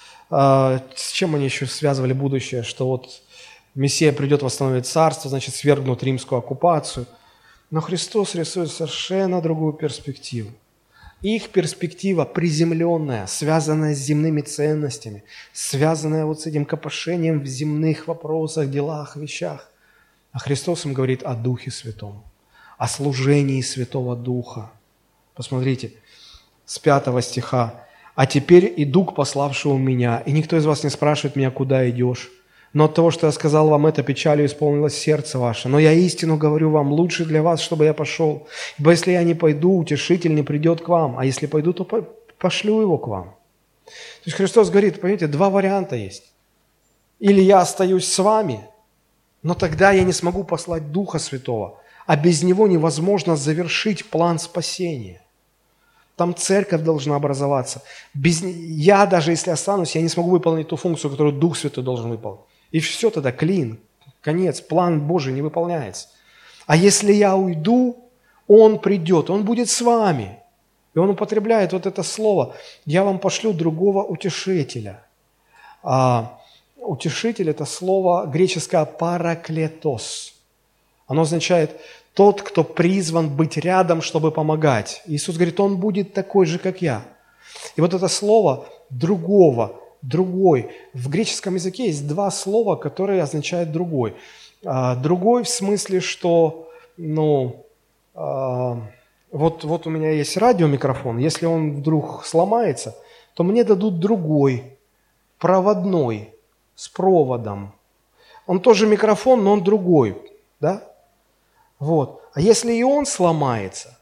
С чем они еще связывали будущее? Что вот Мессия придет восстановить царство, значит, свергнут римскую оккупацию. Но Христос рисует совершенно другую перспективу. Их перспектива приземленная, связанная с земными ценностями, связанная вот с этим копошением в земных вопросах, делах, вещах. А Христос им говорит о Духе Святом, о служении Святого Духа. Посмотрите, с пятого стиха. «А теперь иду к пославшему меня, и никто из вас не спрашивает меня, куда идешь. Но от того, что я сказал вам это, печалью исполнилось сердце ваше. Но я истину говорю вам, лучше для вас, чтобы я пошел. Ибо если я не пойду, утешитель не придет к вам. А если пойду, то пошлю его к вам». То есть Христос говорит, понимаете, два варианта есть. Или я остаюсь с вами, но тогда я не смогу послать Духа Святого, а без Него невозможно завершить план спасения. Там церковь должна образоваться. Без... Я даже если останусь, я не смогу выполнить ту функцию, которую Дух Святой должен выполнить. И все тогда, клин, конец, план Божий не выполняется. А если я уйду, Он придет, Он будет с вами. И Он употребляет вот это слово: «Я вам пошлю другого утешителя». А, утешитель – это слово греческое «параклетос». Оно означает «тот, кто призван быть рядом, чтобы помогать». Иисус говорит, Он будет такой же, как я. И вот это слово «другого», «другой». В греческом языке есть два слова, которые означают «другой». А, другой в смысле, что, ну, а, вот, вот у меня есть радиомикрофон, если он вдруг сломается, то мне дадут другой, проводной, с проводом. Он тоже микрофон, но он другой, да? Вот. А если и он сломается,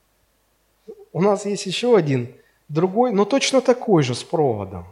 у нас есть еще один, другой, но точно такой же, с проводом.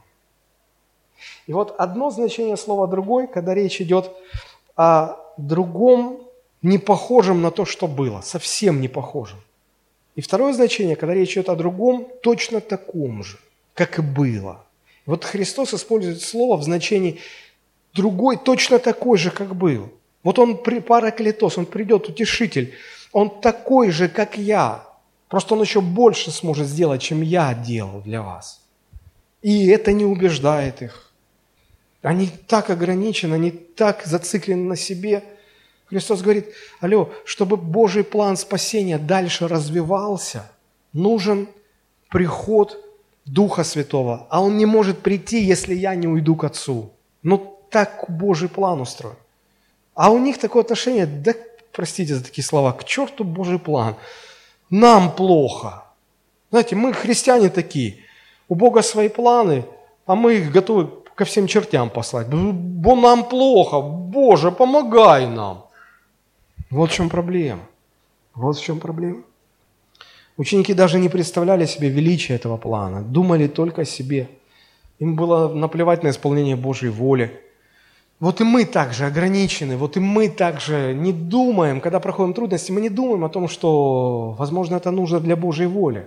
И вот одно значение слова «другой», когда речь идет о другом, не похожем на то, что было, совсем не похожем. И второе значение, когда речь идет о другом, точно таком же, как и было. И вот Христос использует слово в значении «другой», точно такой же, как был. Вот он параклетос, он придет, утешитель, он такой же, как я. Просто он еще больше сможет сделать, чем я делал для вас. И это не убеждает их. Они так ограничены, они так зациклены на себе. Христос говорит, алло, чтобы Божий план спасения дальше развивался, нужен приход Духа Святого. А Он не может прийти, если я не уйду к Отцу. Ну, так Божий план устроен. А у них такое отношение, да, простите за такие слова, к черту Божий план. Нам плохо. Знаете, мы христиане такие. У Бога свои планы, а мы их готовы ко всем чертям послать. Бо нам плохо, Боже, помогай нам. Вот в чем проблема. Вот в чем проблема. Ученики даже не представляли себе величие этого плана, думали только о себе. Им было наплевать на исполнение Божьей воли. Вот и мы также ограничены, вот и мы также не думаем, когда проходим трудности, мы не думаем о том, что, возможно, это нужно для Божьей воли.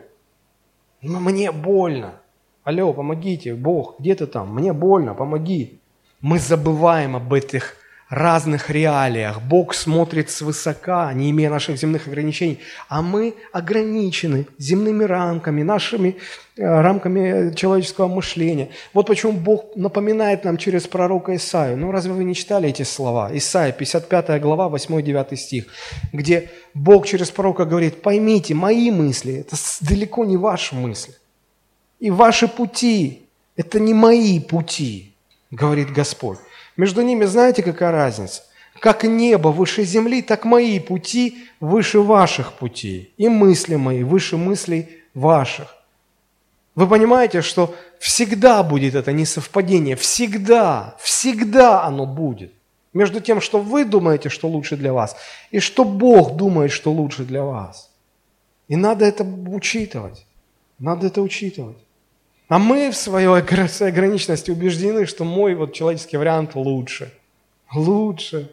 Но мне больно. Алло, помогите, Бог, где ты там? Мне больно, помоги. Мы забываем об этих разных реалиях. Бог смотрит свысока, не имея наших земных ограничений, а мы ограничены земными рамками, нашими э, рамками человеческого мышления. Вот почему Бог напоминает нам через пророка Исаию. Ну, разве вы не читали эти слова? Исаия, пятьдесят пятая глава, восьмой-девятый стих, где Бог через пророка говорит, поймите, мои мысли, это далеко не ваши мысли. И ваши пути, это не мои пути, говорит Господь. Между ними знаете, какая разница? Как небо выше земли, так мои пути выше ваших путей. И мысли мои выше мыслей ваших. Вы понимаете, что всегда будет это несовпадение. Всегда, всегда оно будет. Между тем, что вы думаете, что лучше для вас, и что Бог думает, что лучше для вас. И надо это учитывать. Надо это учитывать. А мы в своей ограниченности убеждены, что мой вот человеческий вариант лучше. Лучше.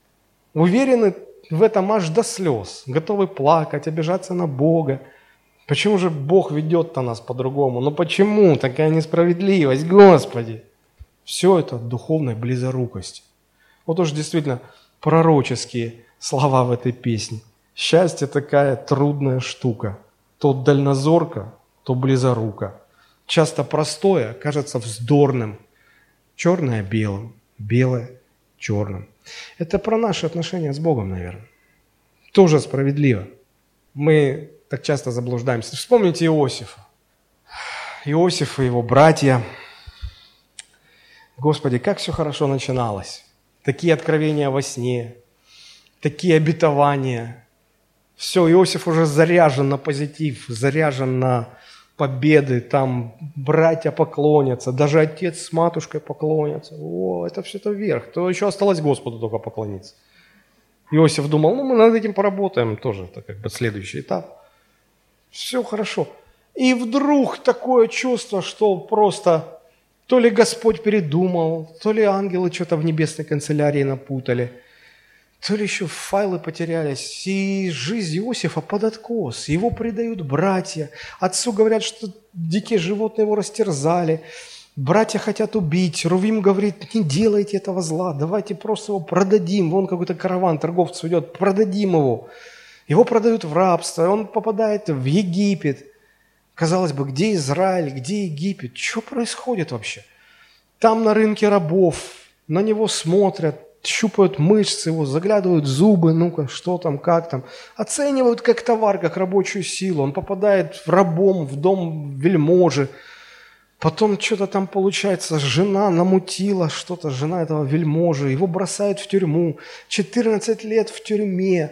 Уверены в этом аж до слез. Готовы плакать, обижаться на Бога. Почему же Бог ведет-то нас по-другому? Ну почему такая несправедливость, Господи? Все это от духовной близорукости. Вот уж действительно пророческие слова в этой песне. Счастье такая трудная штука. То дальнозорко, то близоруко. Часто простое кажется вздорным. Черное белым, белое черным. Это про наши отношения с Богом, наверное. Тоже справедливо. Мы так часто заблуждаемся. Вспомните Иосифа. Иосиф и его братья. Господи, как все хорошо начиналось. Такие откровения во сне, такие обетования. Все, Иосиф уже заряжен на позитив, заряжен на победы, там братья поклонятся, даже отец с матушкой поклонятся. О, это все-то вверх. То еще осталось Господу только поклониться. Иосиф думал, ну мы над этим поработаем тоже, это как бы следующий этап. Все хорошо. И вдруг такое чувство, что просто то ли Господь передумал, то ли ангелы что-то в небесной канцелярии напутали, то ли еще файлы потерялись, и жизнь Иосифа под откос. Его предают братья. Отцу говорят, что дикие животные его растерзали. Братья хотят убить. Рувим говорит, не делайте этого зла, давайте просто его продадим. Вон какой-то караван торговцев идет, продадим его. Его продают в рабство, он попадает в Египет. Казалось бы, где Израиль, где Египет? Что происходит вообще? Там на рынке рабов, на него смотрят, щупают мышцы его, заглядывают в зубы, ну-ка, что там, как там. Оценивают как товар, как рабочую силу. Он попадает в рабом, в дом вельможи. Потом что-то там получается, жена намутила что-то, жена этого вельможи. Его бросают в тюрьму. четырнадцать лет в тюрьме.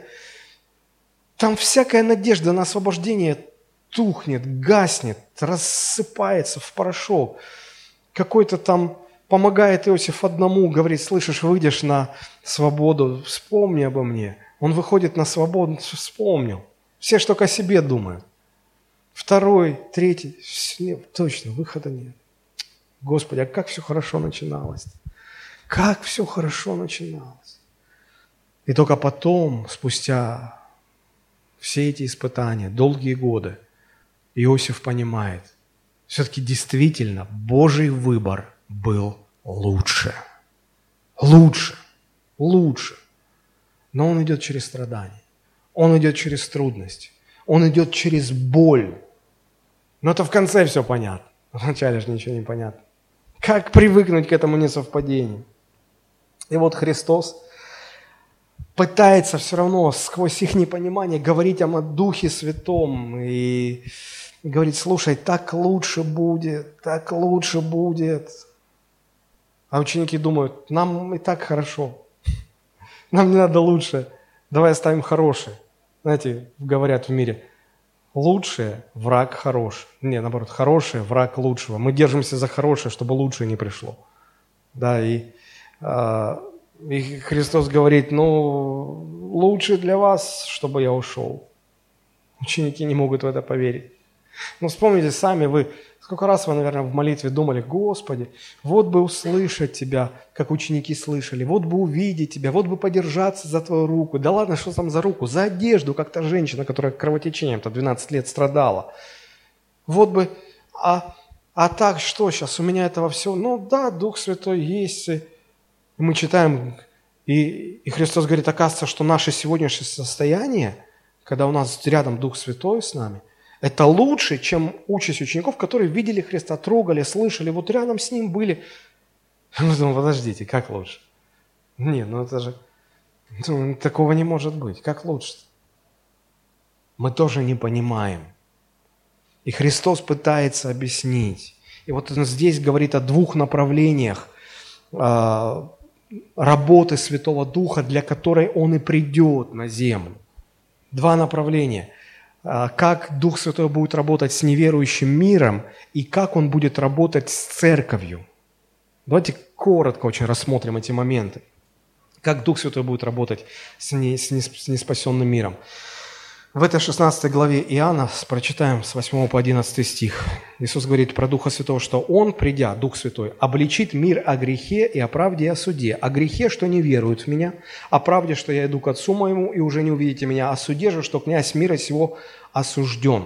Там всякая надежда на освобождение тухнет, гаснет, рассыпается в порошок. Какой-то там помогает Иосиф одному, говорит, слышишь, выйдешь на свободу, вспомни обо мне. Он выходит на свободу, вспомнил. Все ж только о себе думают. Второй, третий, нет, точно, выхода нет. Господи, а как все хорошо начиналось? Как все хорошо начиналось? И только потом, спустя все эти испытания, долгие годы, Иосиф понимает, все-таки действительно Божий выбор был лучше. Лучше. Лучше. Но он идет через страдания. Он идет через трудности. Он идет через боль. Но это в конце все понятно. Вначале же ничего не понятно. Как привыкнуть к этому несовпадению? И вот Христос пытается все равно сквозь их непонимание говорить им о Духе Святом и говорить, слушай, так лучше будет, так лучше будет. А ученики думают, нам и так хорошо, нам не надо лучше, давай оставим хорошее. Знаете, говорят в мире, лучшее – враг хорош. Не, наоборот, хорошее – враг лучшего. Мы держимся за хорошее, чтобы лучшее не пришло. Да, и, э, и Христос говорит, ну, лучше для вас, чтобы я ушел. Ученики не могут в это поверить. Ну, вспомните сами, вы, сколько раз вы, наверное, в молитве думали, Господи, вот бы услышать Тебя, как ученики слышали, вот бы увидеть Тебя, вот бы подержаться за Твою руку. Да ладно, что там за руку? За одежду, как та женщина, которая кровотечением-то двенадцать лет страдала. Вот бы, а, а так что сейчас, у меня этого все? Ну да, Дух Святой есть. И мы читаем, и, и Христос говорит, оказывается, что наше сегодняшнее состояние, когда у нас рядом Дух Святой с нами, это лучше, чем участь учеников, которые видели Христа, трогали, слышали, вот рядом с Ним были. Мы думаем, подождите, как лучше? Не, ну это же, ну, такого не может быть. Как лучше? Мы тоже не понимаем. И Христос пытается объяснить. И вот он здесь говорит о двух направлениях э, работы Святого Духа, для которой Он и придет на землю. Два направления. Как Дух Святой будет работать с неверующим миром и как Он будет работать с церковью. Давайте коротко очень рассмотрим эти моменты. Как Дух Святой будет работать с, не, с, не, с неспасенным миром. В этой шестнадцатой главе Иоанна, прочитаем с восьмого по одиннадцатый стих, Иисус говорит про Духа Святого, что Он, придя, Дух Святой, обличит мир о грехе и о правде и о суде. О грехе, что не веруют в Меня, о правде, что я иду к Отцу Моему, и уже не увидите Меня, о суде же, что князь мира сего осужден.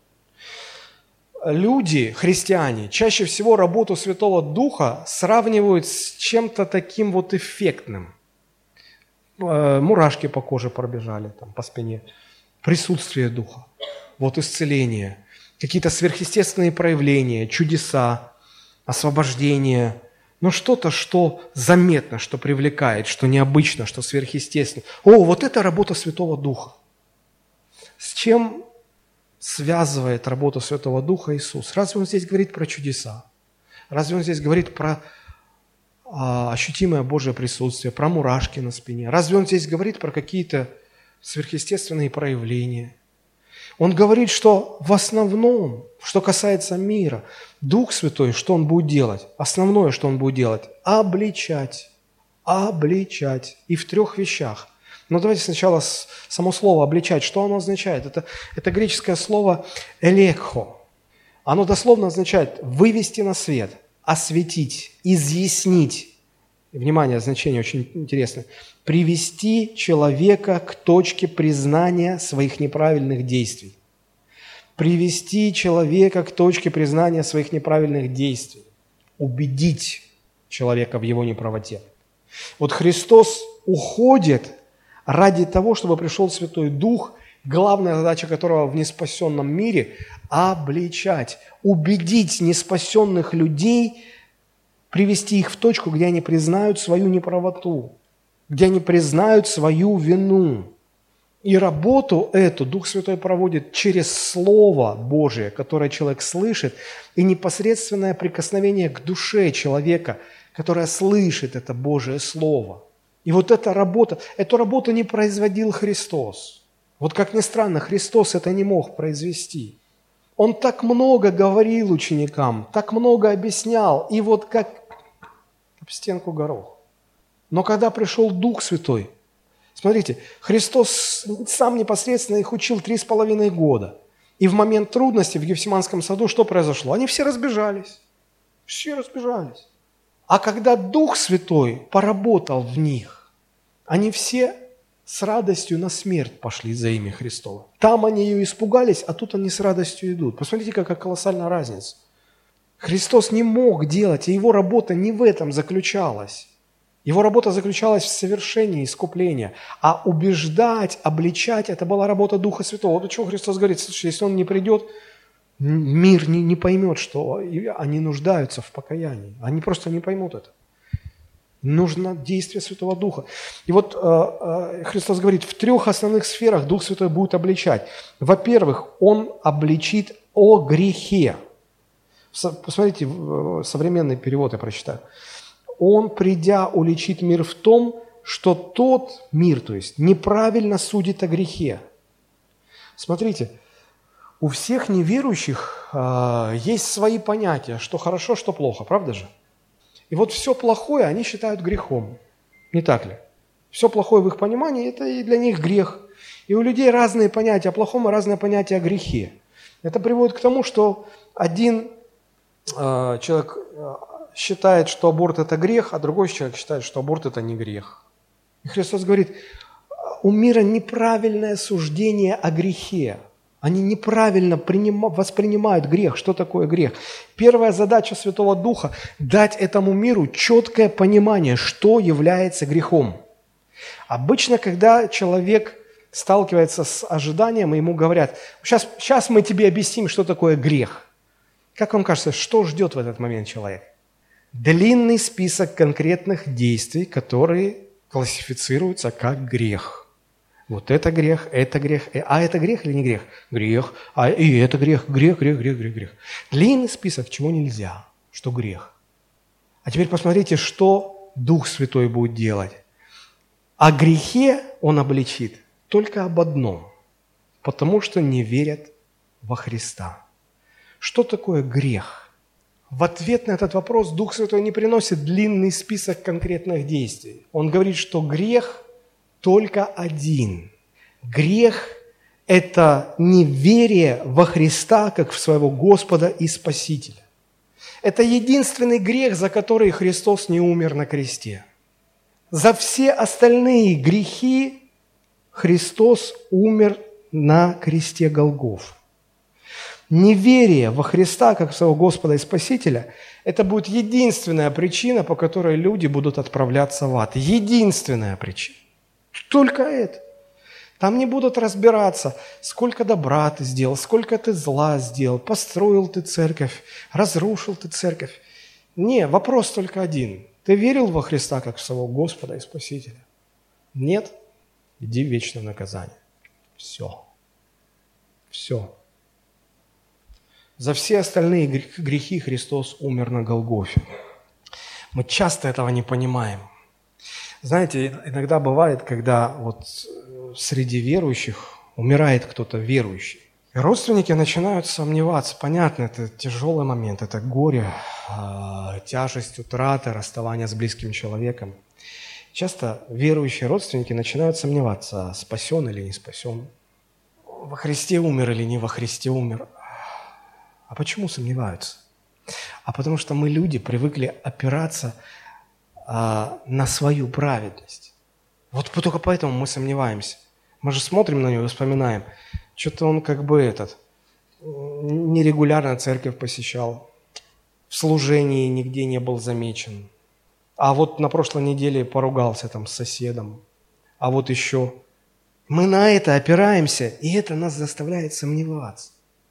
Люди, христиане, чаще всего работу Святого Духа сравнивают с чем-то таким вот эффектным. Мурашки по коже пробежали, там, по спине. Присутствие Духа, вот исцеление, какие-то сверхъестественные проявления, чудеса, освобождение, но что-то, что заметно, что привлекает, что необычно, что сверхъестественно. О, вот это работа Святого Духа. С чем связывает работу Святого Духа Иисус? Разве Он здесь говорит про чудеса? Разве Он здесь говорит про а, ощутимое Божье присутствие, про мурашки на спине? Разве Он здесь говорит про какие-то сверхъестественные проявления? Он говорит, что в основном, что касается мира, Дух Святой, что Он будет делать? Основное, что Он будет делать? Обличать. Обличать. И в трех вещах. Но давайте сначала с, само слово «обличать». Что оно означает? Это, это греческое слово «элекхо». Оно дословно означает «вывести на свет», «осветить», «изъяснить». Внимание, значение очень интересное. Привести человека к точке признания своих неправильных действий. Привести человека к точке признания своих неправильных действий. Убедить человека в его неправоте. Вот Христос уходит ради того, чтобы пришел Святой Дух, главная задача которого в неспасенном мире – обличать, убедить неспасенных людей, привести их в точку, где они признают свою неправоту, где они признают свою вину. И работу эту Дух Святой проводит через Слово Божие, которое человек слышит, и непосредственное прикосновение к душе человека, которое слышит это Божие Слово. И вот эта работа, эту работу не производил Христос. Вот как ни странно, Христос это не мог произвести. Он так много говорил ученикам, так много объяснял, и вот как об стенку горох. Но когда пришел Дух Святой, смотрите, Христос сам непосредственно их учил три с половиной года. И в момент трудности в Гефсиманском саду что произошло? Они все разбежались. Все разбежались. А когда Дух Святой поработал в них, они все с радостью на смерть пошли за имя Христово. Там они ее испугались, а тут они с радостью идут. Посмотрите, какая колоссальная разница. Христос не мог делать, и его работа не в этом заключалась. Его работа заключалась в совершении искупления. А убеждать, обличать – это была работа Духа Святого. Вот о чем Христос говорит. Слушай, если Он не придет, мир не, не поймет, что они нуждаются в покаянии. Они просто не поймут это. Нужно действие Святого Духа. И вот э, э, Христос говорит, в трех основных сферах Дух Святой будет обличать. Во-первых, Он обличит о грехе. Посмотрите, современный перевод я прочитаю. Он, придя, уличит мир в том, что тот мир, то есть, неправильно судит о грехе. Смотрите, у всех неверующих э, есть свои понятия, что хорошо, что плохо, правда же? И вот все плохое они считают грехом, не так ли? Все плохое в их понимании – это и для них грех. И у людей разные понятия о плохом и разные понятия о грехе. Это приводит к тому, что один э, человек э, считает, что аборт – это грех, а другой человек считает, что аборт – это не грех. И Христос говорит, у мира неправильное суждение о грехе. Они неправильно воспринимают грех. Что такое грех? Первая задача Святого Духа – дать этому миру четкое понимание, что является грехом. Обычно, когда человек сталкивается с ожиданием, и ему говорят, сейчас, сейчас мы тебе объясним, что такое грех. Как вам кажется, что ждет в этот момент человек? Длинный список конкретных действий, которые классифицируются как грех. Вот это грех, это грех, а это грех или не грех? Грех, а и это грех, грех, грех, грех, грех, грех. Длинный список, чего нельзя, что грех. А теперь посмотрите, что Дух Святой будет делать. О грехе Он обличит только об одном, потому что не верят во Христа. Что такое грех? В ответ на этот вопрос Дух Святой не приносит длинный список конкретных действий. Он говорит, что грех только один. Грех – это неверие во Христа, как в своего Господа и Спасителя. Это единственный грех, за который Христос не умер на кресте. За все остальные грехи Христос умер на кресте Голгофы. Неверие во Христа, как в своего Господа и Спасителя, это будет единственная причина, по которой люди будут отправляться в ад. Единственная причина. Только это. Там не будут разбираться, сколько добра ты сделал, сколько ты зла сделал, построил ты церковь, разрушил ты церковь. Не, вопрос только один. Ты верил во Христа, как в своего Господа и Спасителя? Нет? Иди в вечное наказание. Все. Все. За все остальные грехи Христос умер на Голгофе. Мы часто этого не понимаем. Знаете, иногда бывает, когда вот среди верующих умирает кто-то верующий. И родственники начинают сомневаться. Понятно, это тяжелый момент, это горе, тяжесть утраты, расставания с близким человеком. Часто верующие родственники начинают сомневаться, спасен или не спасен, во Христе умер или не во Христе умер. А почему сомневаются? А потому что мы, люди, привыкли опираться а, на свою праведность. Вот только поэтому мы сомневаемся. Мы же смотрим на него и вспоминаем, что-то он как бы этот, нерегулярно церковь посещал, в служении нигде не был замечен. А вот на прошлой неделе поругался там с соседом. А вот еще. Мы на это опираемся, и это нас заставляет сомневаться.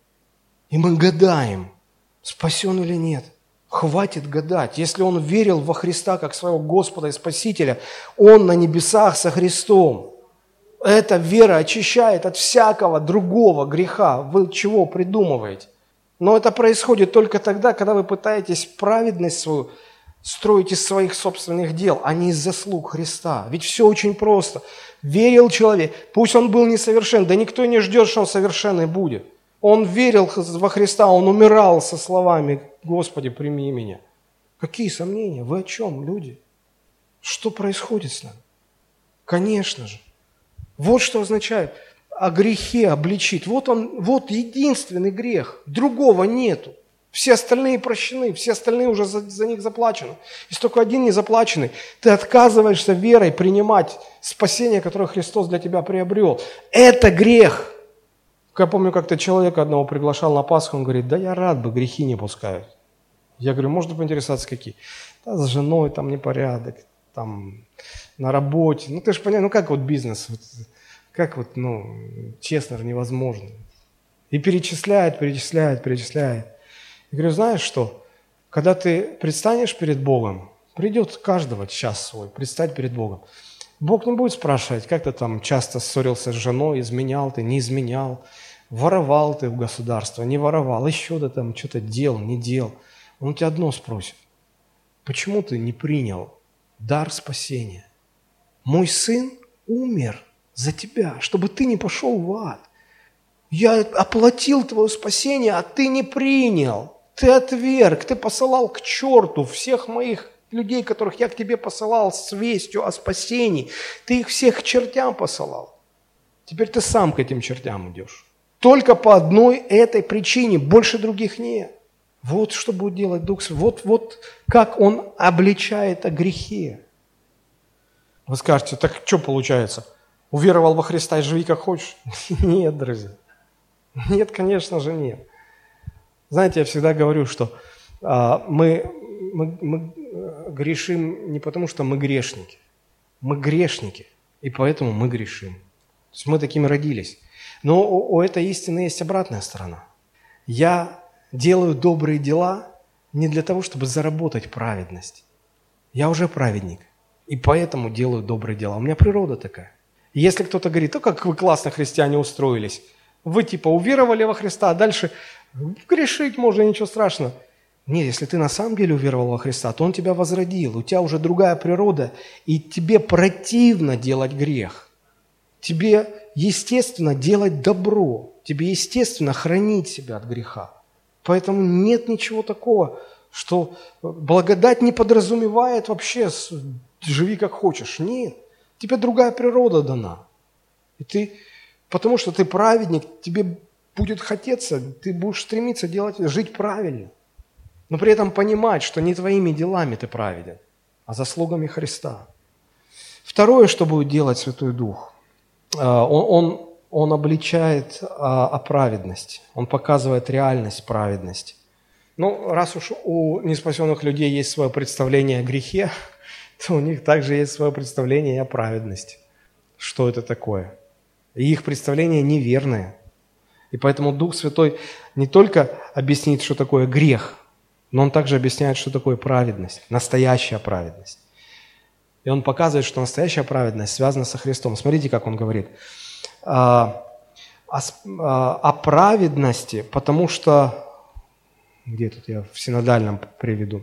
И мы гадаем, спасен или нет. Хватит гадать. Если он верил во Христа как своего Господа и Спасителя, он на небесах со Христом. Эта вера очищает от всякого другого греха. Вы чего придумываете? Но это происходит только тогда, когда вы пытаетесь праведность свою строить из своих собственных дел, а не из заслуг Христа. Ведь все очень просто. Верил человек, пусть он был несовершен, да никто не ждет, что он совершенный будет. Он верил во Христа, он умирал со словами: «Господи, прими меня». Какие сомнения? Вы о чем, люди? Что происходит с нами? Конечно же. Вот что означает о грехе обличить. Вот он, вот единственный грех, другого нету. Все остальные прощены, все остальные уже за, за них заплачено. Есть только один не заплаченный. Ты отказываешься верой принимать спасение, которое Христос для тебя приобрел. Это грех. Я помню, как-то человека одного приглашал на Пасху, он говорит: да я рад бы, грехи не пускают. Я говорю: можно поинтересоваться, какие? Да, с женой там непорядок, там на работе. Ну ты же понимаешь, ну как вот бизнес, вот, как вот, ну, честно же невозможно. И перечисляет, перечисляет, перечисляет. Я говорю: знаешь что, когда ты предстанешь перед Богом, придет каждого час свой, предстать перед Богом. Бог не будет спрашивать, как ты там часто ссорился с женой, изменял ты, не изменял, воровал ты в государство, не воровал, еще ты там что-то делал, не делал. Он у тебя одно спросит: почему ты не принял дар спасения? Мой сын умер за тебя, чтобы ты не пошел в ад. Я оплатил твое спасение, а ты не принял. Ты отверг, ты посылал к черту всех моих людей, которых я к тебе посылал с вестью о спасении. Ты их всех к чертям посылал. Теперь ты сам к этим чертям идешь. Только по одной этой причине, больше других нет. Вот что будет делать Дух Святой. Вот, вот как Он обличает о грехе. Вы скажете: так что получается? Уверовал во Христа и живи как хочешь? Нет, друзья. Нет, конечно же, нет. Знаете, я всегда говорю, что а, мы, мы, мы грешим не потому, что мы грешники. Мы грешники, и поэтому мы грешим. То есть мы такими родились. Но у, у этой истины есть обратная сторона. Я делаю добрые дела не для того, чтобы заработать праведность. Я уже праведник, и поэтому делаю добрые дела. У меня природа такая. И если кто-то говорит: ну как вы классно, христиане, устроились, вы типа уверовали во Христа, а дальше грешить можно, ничего страшного. Нет, если ты на самом деле уверовал во Христа, то Он тебя возродил, у тебя уже другая природа, и тебе противно делать грех. Тебе естественно делать добро, тебе естественно хранить себя от греха. Поэтому нет ничего такого, что благодать не подразумевает вообще «живи как хочешь». Нет, тебе другая природа дана. И ты, потому что ты праведник, тебе будет хотеться, ты будешь стремиться делать, жить правильно. Но при этом понимать, что не твоими делами ты праведен, а заслугами Христа. Второе, что будет делать Святой Дух, он, он, он обличает о праведности, он показывает реальность праведности. Ну, раз уж у неспасенных людей есть свое представление о грехе, то у них также есть свое представление о праведности. Что это такое? И их представление неверное. И поэтому Дух Святой не только объяснит, что такое грех, но Он также объясняет, что такое праведность, настоящая праведность. И Он показывает, что настоящая праведность связана со Христом. Смотрите, как Он говорит. О, о праведности, потому что... Где тут я в синодальном приведу?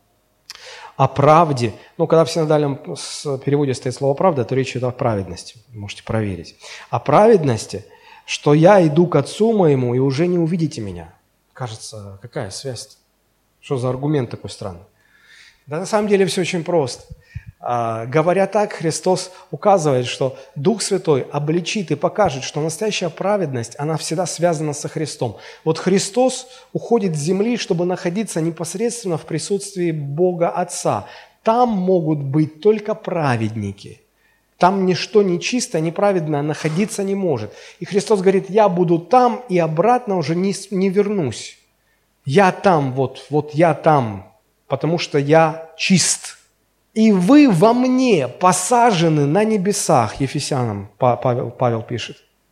О правде. Ну, когда в синодальном переводе стоит слово «правда», то речь идет о праведности. Можете проверить. О праведности, что я иду к Отцу моему, и уже не увидите меня. Кажется, какая связь? Что за аргумент такой странный? Да на самом деле все очень просто. А, говоря так, Христос указывает, что Дух Святой обличит и покажет, что настоящая праведность, она всегда связана со Христом. Вот Христос уходит с земли, чтобы находиться непосредственно в присутствии Бога Отца. Там могут быть только праведники. Там ничто нечистое, неправедное находиться не может. И Христос говорит, я буду там и обратно уже не, не вернусь. Я там, вот, вот я там, потому что я чист. И вы во мне посажены на небесах, Ефесянам Павел, Павел пишет.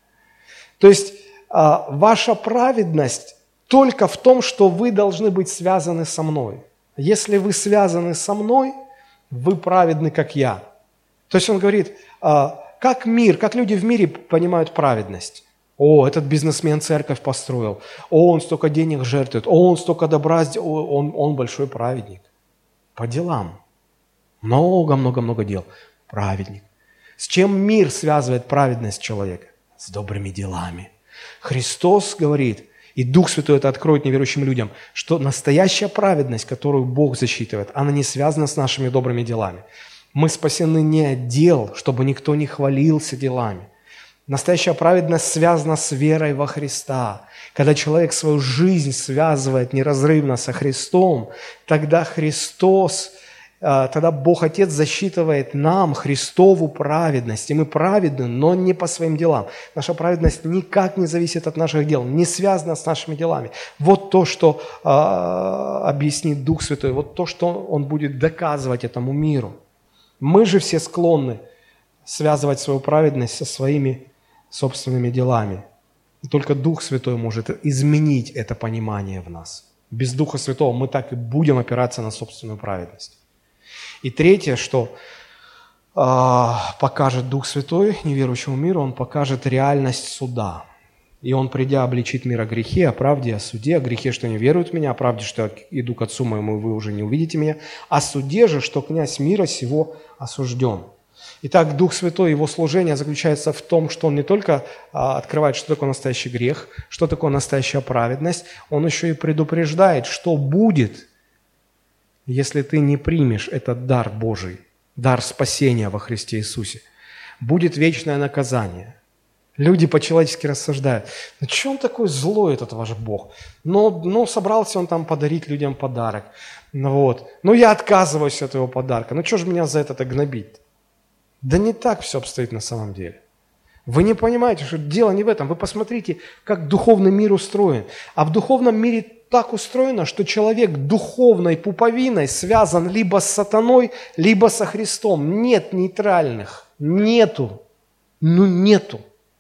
То есть ваша праведность только в том, что вы должны быть связаны со мной. Если вы связаны со мной, вы праведны, как я. То есть он говорит, как мир, как люди в мире понимают праведность. О, этот бизнесмен церковь построил, о, он столько денег жертвует, о, он столько добра сделал, он, он большой праведник. По делам. Много-много-много дел. Праведник. С чем мир связывает праведность человека? С добрыми делами. Христос говорит, и Дух Святой это откроет неверующим людям, что настоящая праведность, которую Бог засчитывает, она не связана с нашими добрыми делами. Мы спасены не от дел, чтобы никто не хвалился делами. Настоящая праведность связана с верой во Христа. Когда человек свою жизнь связывает неразрывно со Христом, тогда Христос, тогда Бог Отец засчитывает нам Христову праведность. И мы праведны, но не по своим делам. Наша праведность никак не зависит от наших дел, не связана с нашими делами. Вот то, что э, объяснит Дух Святой, вот то, что Он будет доказывать этому миру. Мы же все склонны связывать свою праведность со своими собственными делами. И только Дух Святой может изменить это понимание в нас. Без Духа Святого мы так и будем опираться на собственную праведность. И третье, что э, покажет Дух Святой неверующему миру, Он покажет реальность суда. И Он, придя, обличит мир о грехе, о правде, о суде, о грехе, что не веруют в Меня, о правде, что я иду к Отцу моему, и вы уже не увидите Меня, о суде же, что князь мира сего осужден. Итак, Дух Святой, Его служение заключается в том, что Он не только а, открывает, что такое настоящий грех, что такое настоящая праведность, Он еще и предупреждает, что будет, если ты не примешь этот дар Божий, дар спасения во Христе Иисусе. Будет вечное наказание. Люди по-человечески рассуждают, ну что он такой злой, этот ваш Бог? Ну, ну собрался он там подарить людям подарок. Ну, вот. ну я отказываюсь от его подарка. Ну что же меня за это-то гнобить? Да не так все обстоит на самом деле. Вы не понимаете, что дело не в этом. Вы посмотрите, как духовный мир устроен. А в духовном мире так устроено, что человек духовной пуповиной связан либо с сатаной, либо со Христом. Нет нейтральных. Нету. Ну нету.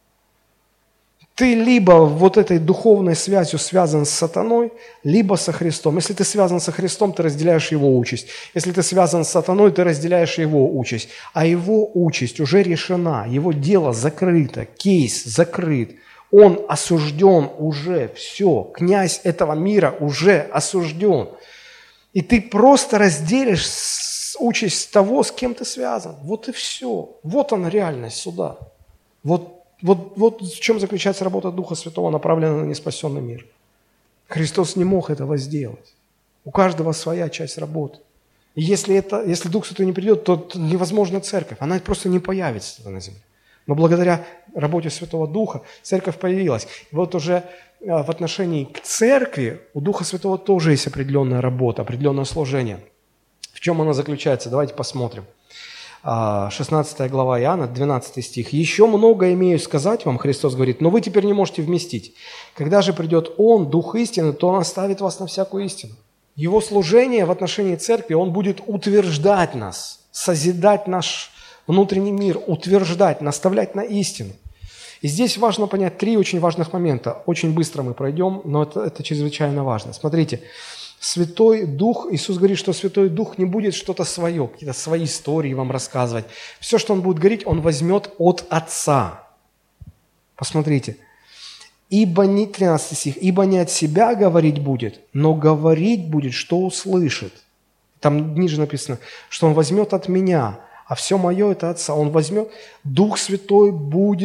Ты либо вот этой духовной связью связан с сатаной, либо со Христом. Если ты связан со Христом, ты разделяешь Его участь. Если ты связан с сатаной, ты разделяешь Его участь. А Его участь уже решена, Его дело закрыто, кейс закрыт. Он осужден уже, все. Князь этого мира уже осужден. И ты просто разделишь участь того, с кем ты связан. Вот и все. Вот она реальность суда. Вот Вот, вот в чем заключается работа Духа Святого, направленная на неспасенный мир. Христос не мог этого сделать. У каждого своя часть работы. И если, это, если Дух Святой не придет, то невозможна церковь. Она просто не появится на земле. Но благодаря работе Святого Духа церковь появилась. И вот уже в отношении к церкви у Духа Святого тоже есть определенная работа, определенное служение. В чем она заключается? Давайте посмотрим. шестнадцатая глава Иоанна, двенадцатый стих. «Еще много имею сказать вам, Христос говорит, но вы теперь не можете вместить. Когда же придет Он, Дух истины, то Он оставит вас на всякую истину». Его служение в отношении церкви, Он будет утверждать нас, созидать наш внутренний мир, утверждать, наставлять на истину. И здесь важно понять три очень важных момента. Очень быстро мы пройдем, но это, это чрезвычайно важно. Смотрите. Святой Дух, Иисус говорит, что Святой Дух не будет что-то свое, какие-то свои истории вам рассказывать. Все, что Он будет говорить, Он возьмет от Отца. Посмотрите. Ибо не, тринадцатый стих, ибо не от себя говорить будет, но говорить будет, что услышит. Там ниже написано, что Он возьмет от меня, а все мое это Отца. Он возьмет, Дух Святой будет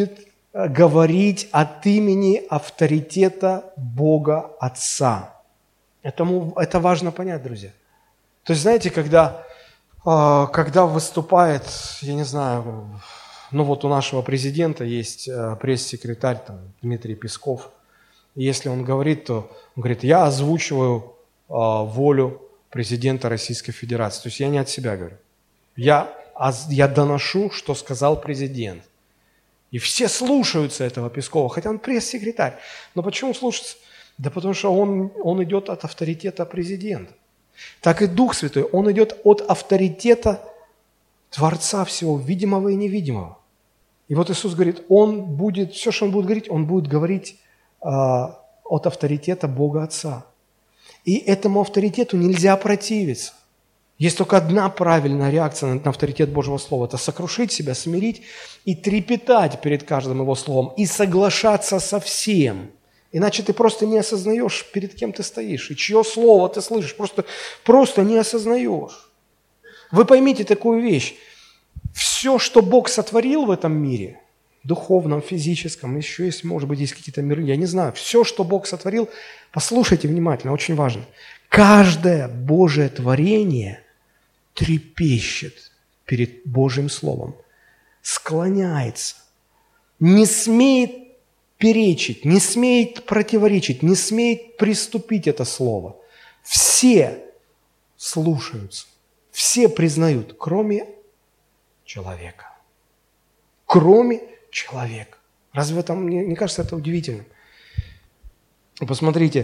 говорить от имени авторитета Бога Отца. Этому, это важно понять, друзья. То есть, знаете, когда, когда выступает, я не знаю, ну вот у нашего президента есть пресс-секретарь там, Дмитрий Песков. И если он говорит, то он говорит, я озвучиваю волю президента Российской Федерации. То есть я не от себя говорю. Я, я доношу, что сказал президент. И все слушаются этого Пескова, хотя он пресс-секретарь. Но почему слушаются? Да потому что он, он идет от авторитета президента. Так и Дух Святой, он идет от авторитета Творца всего, видимого и невидимого. И вот Иисус говорит, он будет, все, что он будет говорить, он будет говорить э, от авторитета Бога Отца. И этому авторитету нельзя противиться. Есть только одна правильная реакция на авторитет Божьего Слова. Это сокрушить себя, смирить и трепетать перед каждым Его Словом. И соглашаться со всем. Иначе ты просто не осознаешь, перед кем ты стоишь. И чье Слово ты слышишь. Просто, просто не осознаешь. Вы поймите такую вещь. Все, что Бог сотворил в этом мире, духовном, физическом, еще есть, может быть, есть какие-то миры, я не знаю. Все, что Бог сотворил, послушайте внимательно, очень важно. Каждое Божие творение трепещет перед Божьим Словом, склоняется, не смеет перечить, не смеет противоречить, не смеет приступить это Слово. Все слушаются, все признают, кроме человека. Кроме человека. Разве это, мне, мне кажется, это удивительным? Посмотрите,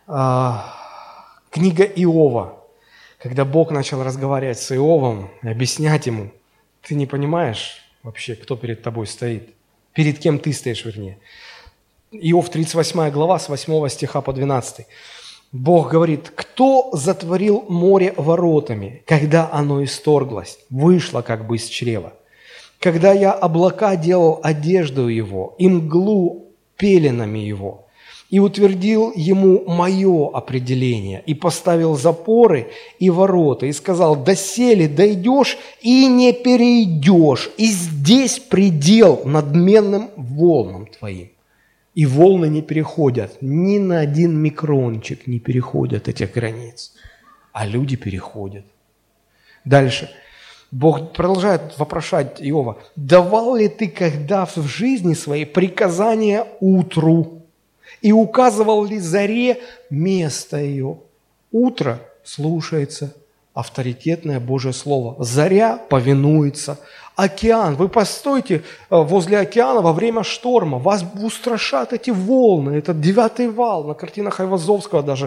книга Иова. Когда Бог начал разговаривать с Иовом и объяснять ему, ты не понимаешь вообще, кто перед тобой стоит, перед кем ты стоишь, вернее. Иов тридцать восьмая глава, с восьмого стиха по двенадцатый. Бог говорит, кто затворил море воротами, когда оно исторглось, вышло как бы из чрева? Когда я облака делал одежду его, и мглу пеленами его, и утвердил ему мое определение, и поставил запоры и ворота, и сказал, доселе дойдешь и не перейдешь, и здесь предел надменным волнам твоим. И волны не переходят, ни на один микрончик не переходят этих границ, а люди переходят. Дальше. Бог продолжает вопрошать Иова, давал ли ты когда в жизни своей приказания утру и указывал ли заре место ее? Утро слушается авторитетное Божье Слово, заря повинуется. Океан, вы постойте возле океана во время шторма, вас устрашат эти волны, этот девятый вал, на картинах Айвазовского даже.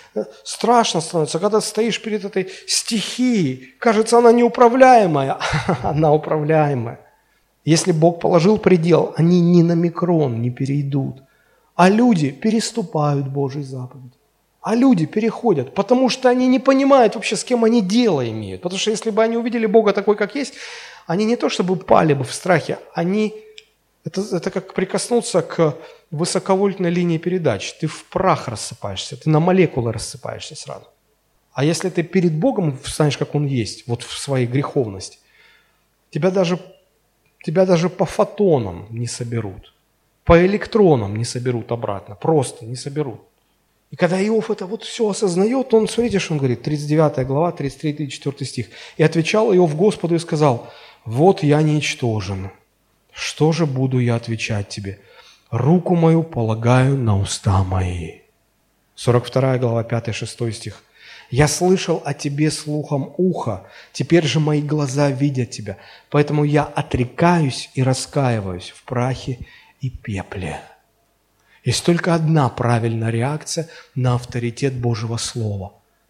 Страшно становится, когда стоишь перед этой стихией, кажется, она неуправляемая, она управляемая. Если Бог положил предел, они ни на микрон не перейдут, а люди переступают Божьи заповеди. А люди переходят, потому что они не понимают вообще, с кем они дело имеют. Потому что если бы они увидели Бога такой, как есть, они не то чтобы пали бы в страхе, они, это, это как прикоснуться к высоковольтной линии передач. Ты в прах рассыпаешься, ты на молекулы рассыпаешься сразу. А если ты перед Богом встанешь, как Он есть, вот в своей греховности, тебя даже, тебя даже по фотонам не соберут, по электронам не соберут обратно, просто не соберут. И когда Иов это вот все осознает, он, смотрите, что он говорит, тридцать девятая глава, тридцать третий тридцать четвёртый стих. «И отвечал Иов Господу и сказал, вот я ничтожен, что же буду я отвечать тебе? Руку мою полагаю на уста мои». сорок вторая глава, пятый шестой стих. «Я слышал о тебе слухом уха, теперь же мои глаза видят тебя, поэтому я отрекаюсь и раскаиваюсь в прахе и пепле». Есть только одна правильная реакция на авторитет Божьего Слова.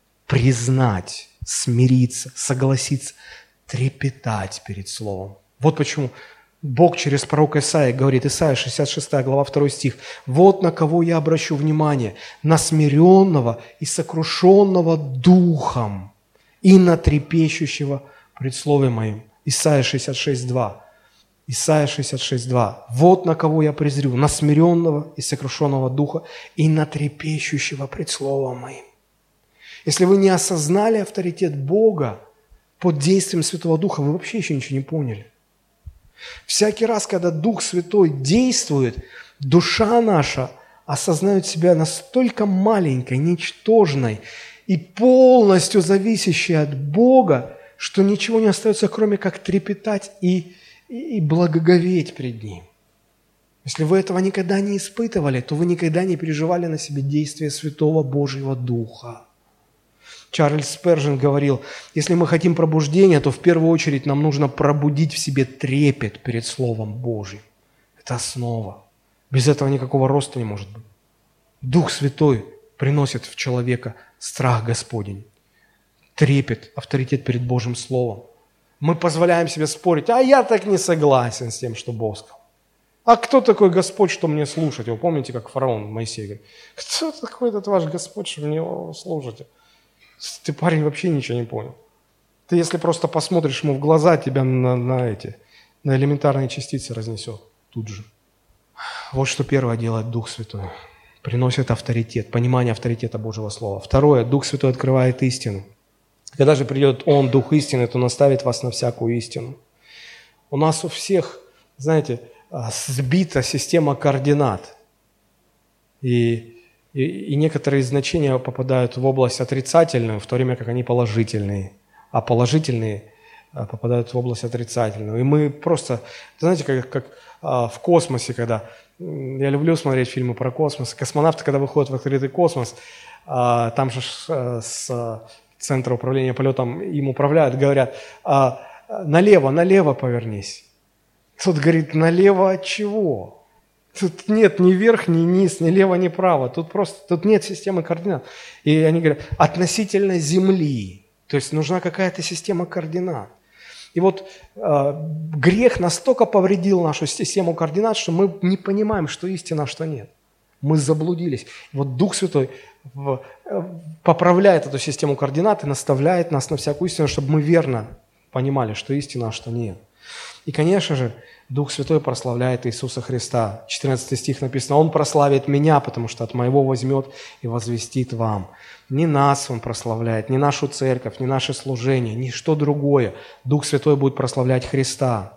Признать, смириться, согласиться, трепетать перед Словом. Вот почему Бог через пророка Исаии говорит, Исаия шестьдесят шестая глава, второй стих, «Вот на кого я обращу внимание, на смиренного и сокрушенного духом, и на трепещущего пред словом моим». Исаия шестьдесят шесть два. Исайя шестьдесят шесть два. «Вот на кого я презрю, на смиренного и сокрушенного духа и на трепещущего пред словом моим». Если вы не осознали авторитет Бога под действием Святого Духа, вы вообще еще ничего не поняли. Всякий раз, когда Дух Святой действует, душа наша осознает себя настолько маленькой, ничтожной и полностью зависящей от Бога, что ничего не остается, кроме как трепетать и, и, и благоговеть пред Ним. Если вы этого никогда не испытывали, то вы никогда не переживали на себе действие Святого Божьего Духа. Чарльз Спержен говорил, если мы хотим пробуждения, то в первую очередь нам нужно пробудить в себе трепет перед Словом Божьим. Это основа. Без этого никакого роста не может быть. Дух Святой приносит в человека страх Господень, трепет, авторитет перед Божьим Словом. Мы позволяем себе спорить, а я так не согласен с тем, что Бог сказал. А кто такой Господь, что мне слушать? Вы помните, как фараон Моисей говорит, кто такой этот ваш Господь, что мне его слушать? Ты, парень, вообще ничего не понял. Ты, если просто посмотришь ему в глаза, тебя на, на эти, на элементарные частицы разнесет тут же. Вот что первое делает Дух Святой. Приносит авторитет, понимание авторитета Божьего Слова. Второе, Дух Святой открывает истину. Когда же придет Он, Дух истины, то наставит вас на всякую истину. У нас у всех, знаете, сбита система координат. И, и, и некоторые значения попадают в область отрицательную, в то время как они положительные. А положительные попадают в область отрицательную. И мы просто, знаете, как, как а, в космосе, когда... Я люблю смотреть фильмы про космос. Космонавты, когда выходят в открытый космос, а, там же а, с центра управления полетом им управляют, говорят, а, налево, налево повернись. Кто-то говорит, налево от чего? Тут нет ни вверх, ни низ, ни лево, ни право. Тут просто тут нет системы координат. И они говорят, относительно Земли. То есть нужна какая-то система координат. И вот э, грех настолько повредил нашу систему координат, что мы не понимаем, что истина, а что нет. Мы заблудились. И вот Дух Святой в, э, поправляет эту систему координат и наставляет нас на всякую истину, чтобы мы верно понимали, что истина, а что нет. И, конечно же, Дух Святой прославляет Иисуса Христа. четырнадцатый стих написано, «Он прославит Меня, потому что от Моего возьмет и возвестит вам». Не нас Он прославляет, не нашу церковь, не наше служение, ни что другое. Дух Святой будет прославлять Христа.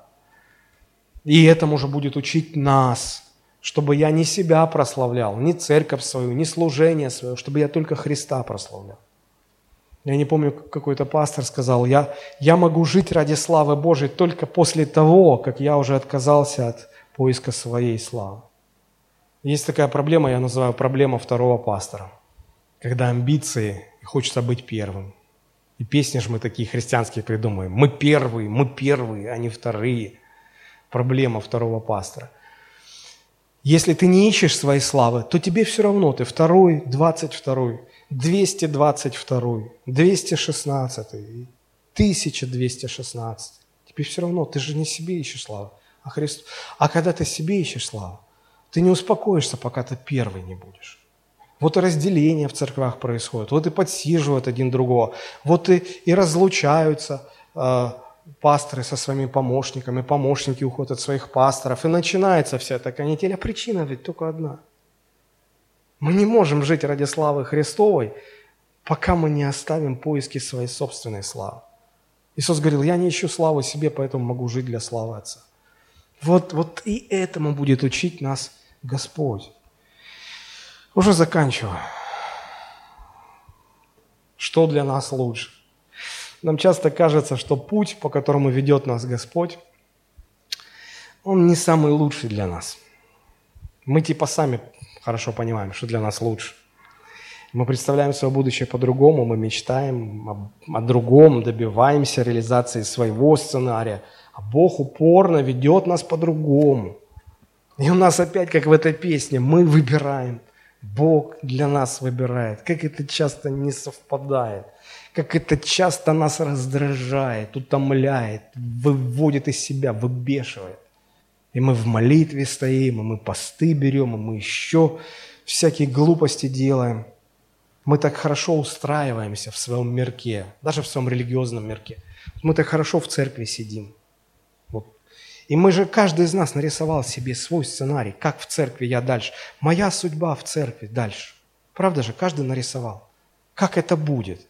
И этому же будет учить нас, чтобы я не себя прославлял, ни церковь свою, ни служение свое, чтобы я только Христа прославлял. Я не помню, какой-то пастор сказал, я, я могу жить ради славы Божией только после того, как я уже отказался от поиска своей славы. Есть такая проблема, я называю проблема второго пастора, когда амбиции, и хочется быть первым. И песни же мы такие христианские придумаем. Мы первые, мы первые, а не вторые. Проблема второго пастора. Если ты не ищешь своей славы, то тебе все равно, ты второй, двадцать второй, двести двадцать второй, двести шестнадцатый, тысяча двести шестнадцатый. Тебе все равно, ты же не себе ищешь славу, а Христу. А когда ты себе ищешь славу, ты не успокоишься, пока ты первый не будешь. Вот и разделение в церквях происходит, вот и подсиживают один другого, вот и, и разлучаются э, пасторы со своими помощниками, помощники уходят от своих пасторов, и начинается вся эта канитель. А причина ведь только одна. Мы не можем жить ради славы Христовой, пока мы не оставим поиски своей собственной славы. Иисус говорил, я не ищу славы себе, поэтому могу жить для славы Отца. Вот, вот и этому будет учить нас Господь. Уже заканчиваю. Что для нас лучше? Нам часто кажется, что путь, по которому ведет нас Господь, он не самый лучший для нас. Мы типа сами хорошо понимаем, что для нас лучше. Мы представляем свое будущее по-другому, мы мечтаем о, о другом, добиваемся реализации своего сценария, а Бог упорно ведет нас по-другому. И у нас опять, как в этой песне, мы выбираем. Бог для нас выбирает. Как это часто не совпадает. Как это часто нас раздражает, утомляет, выводит из себя, выбешивает. И мы в молитве стоим, и мы посты берем, и мы еще всякие глупости делаем. Мы так хорошо устраиваемся в своем мирке, даже в своем религиозном мирке. Мы так хорошо в церкви сидим. Вот. И мы же, каждый из нас нарисовал себе свой сценарий, как в церкви я дальше. Моя судьба в церкви дальше. Правда же, каждый нарисовал. Как это будет?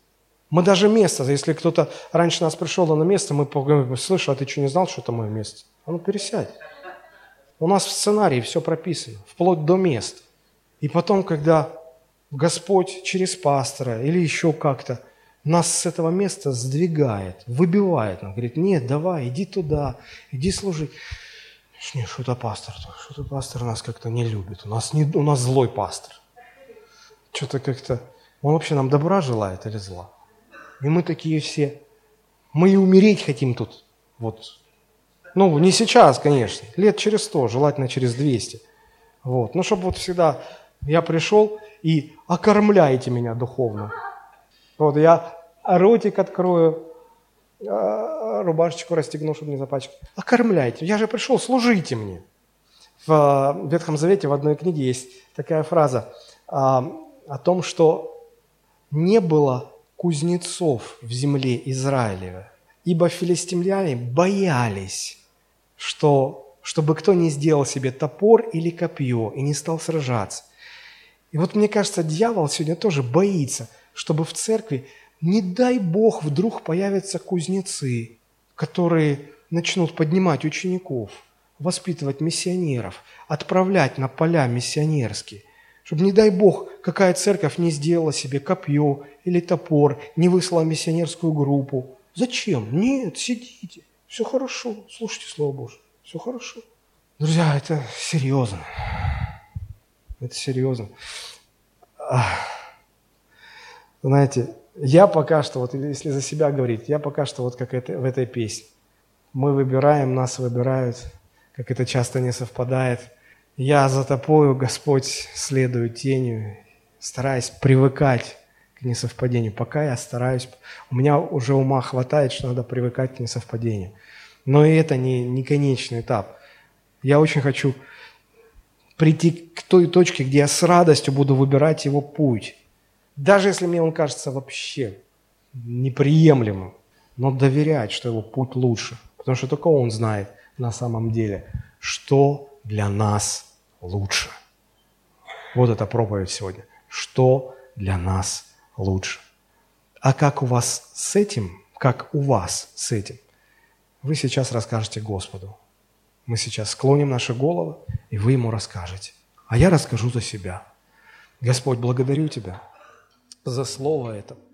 Мы даже место, если кто-то раньше нас пришел на место, мы поговорим, слышь, а ты что, не знал, что это мое место? А ну пересядь. У нас в сценарии все прописано, вплоть до мест. И потом, когда Господь через пастора или еще как-то нас с этого места сдвигает, выбивает, он говорит, нет, давай, иди туда, иди служить. Нет, что-то пастор, что-то пастор нас как-то не любит, у нас, не, у нас злой пастор. Что-то как-то, он вообще нам добра желает или зла? И мы такие все, мы и умереть хотим тут, вот. Ну, не сейчас, конечно, лет через сто, желательно через двести. Вот. Ну, чтобы вот всегда я пришел и окормляйте меня духовно. Вот я ротик открою, рубашечку расстегну, чтобы не запачкать. Окормляйте. Я же пришел, служите мне. В Ветхом Завете в одной книге есть такая фраза о том, что не было кузнецов в земле Израилевой, ибо филистимляне боялись, что, чтобы кто не сделал себе топор или копье и не стал сражаться. И вот мне кажется, дьявол сегодня тоже боится, чтобы в церкви, не дай Бог, вдруг появятся кузнецы, которые начнут поднимать учеников, воспитывать миссионеров, отправлять на поля миссионерские. Чтобы, не дай Бог, какая церковь не сделала себе копье или топор, не выслала миссионерскую группу. Зачем? Нет, сидите. Все хорошо. Слушайте Слово Божие. Все хорошо. Друзья, это серьезно. Это серьезно. Знаете, я пока что, вот если за себя говорить, я пока что вот как это, в этой песне. Мы выбираем, нас выбирают, как это часто не совпадает. Я за тобою, Господь, следую тенью, стараясь привыкать к несовпадению. Пока я стараюсь, у меня уже ума хватает, что надо привыкать к несовпадению. Но и это не, не конечный этап. Я очень хочу прийти к той точке, где я с радостью буду выбирать его путь. Даже если мне он кажется вообще неприемлемым, но доверять, что его путь лучше. Потому что только он знает на самом деле, что для нас лучше. Вот эта проповедь сегодня. Что для нас лучше. А как у вас с этим, как у вас с этим, вы сейчас расскажете Господу. Мы сейчас склоним наши головы, и вы Ему расскажете. А я расскажу за себя. Господь, благодарю Тебя за слово это.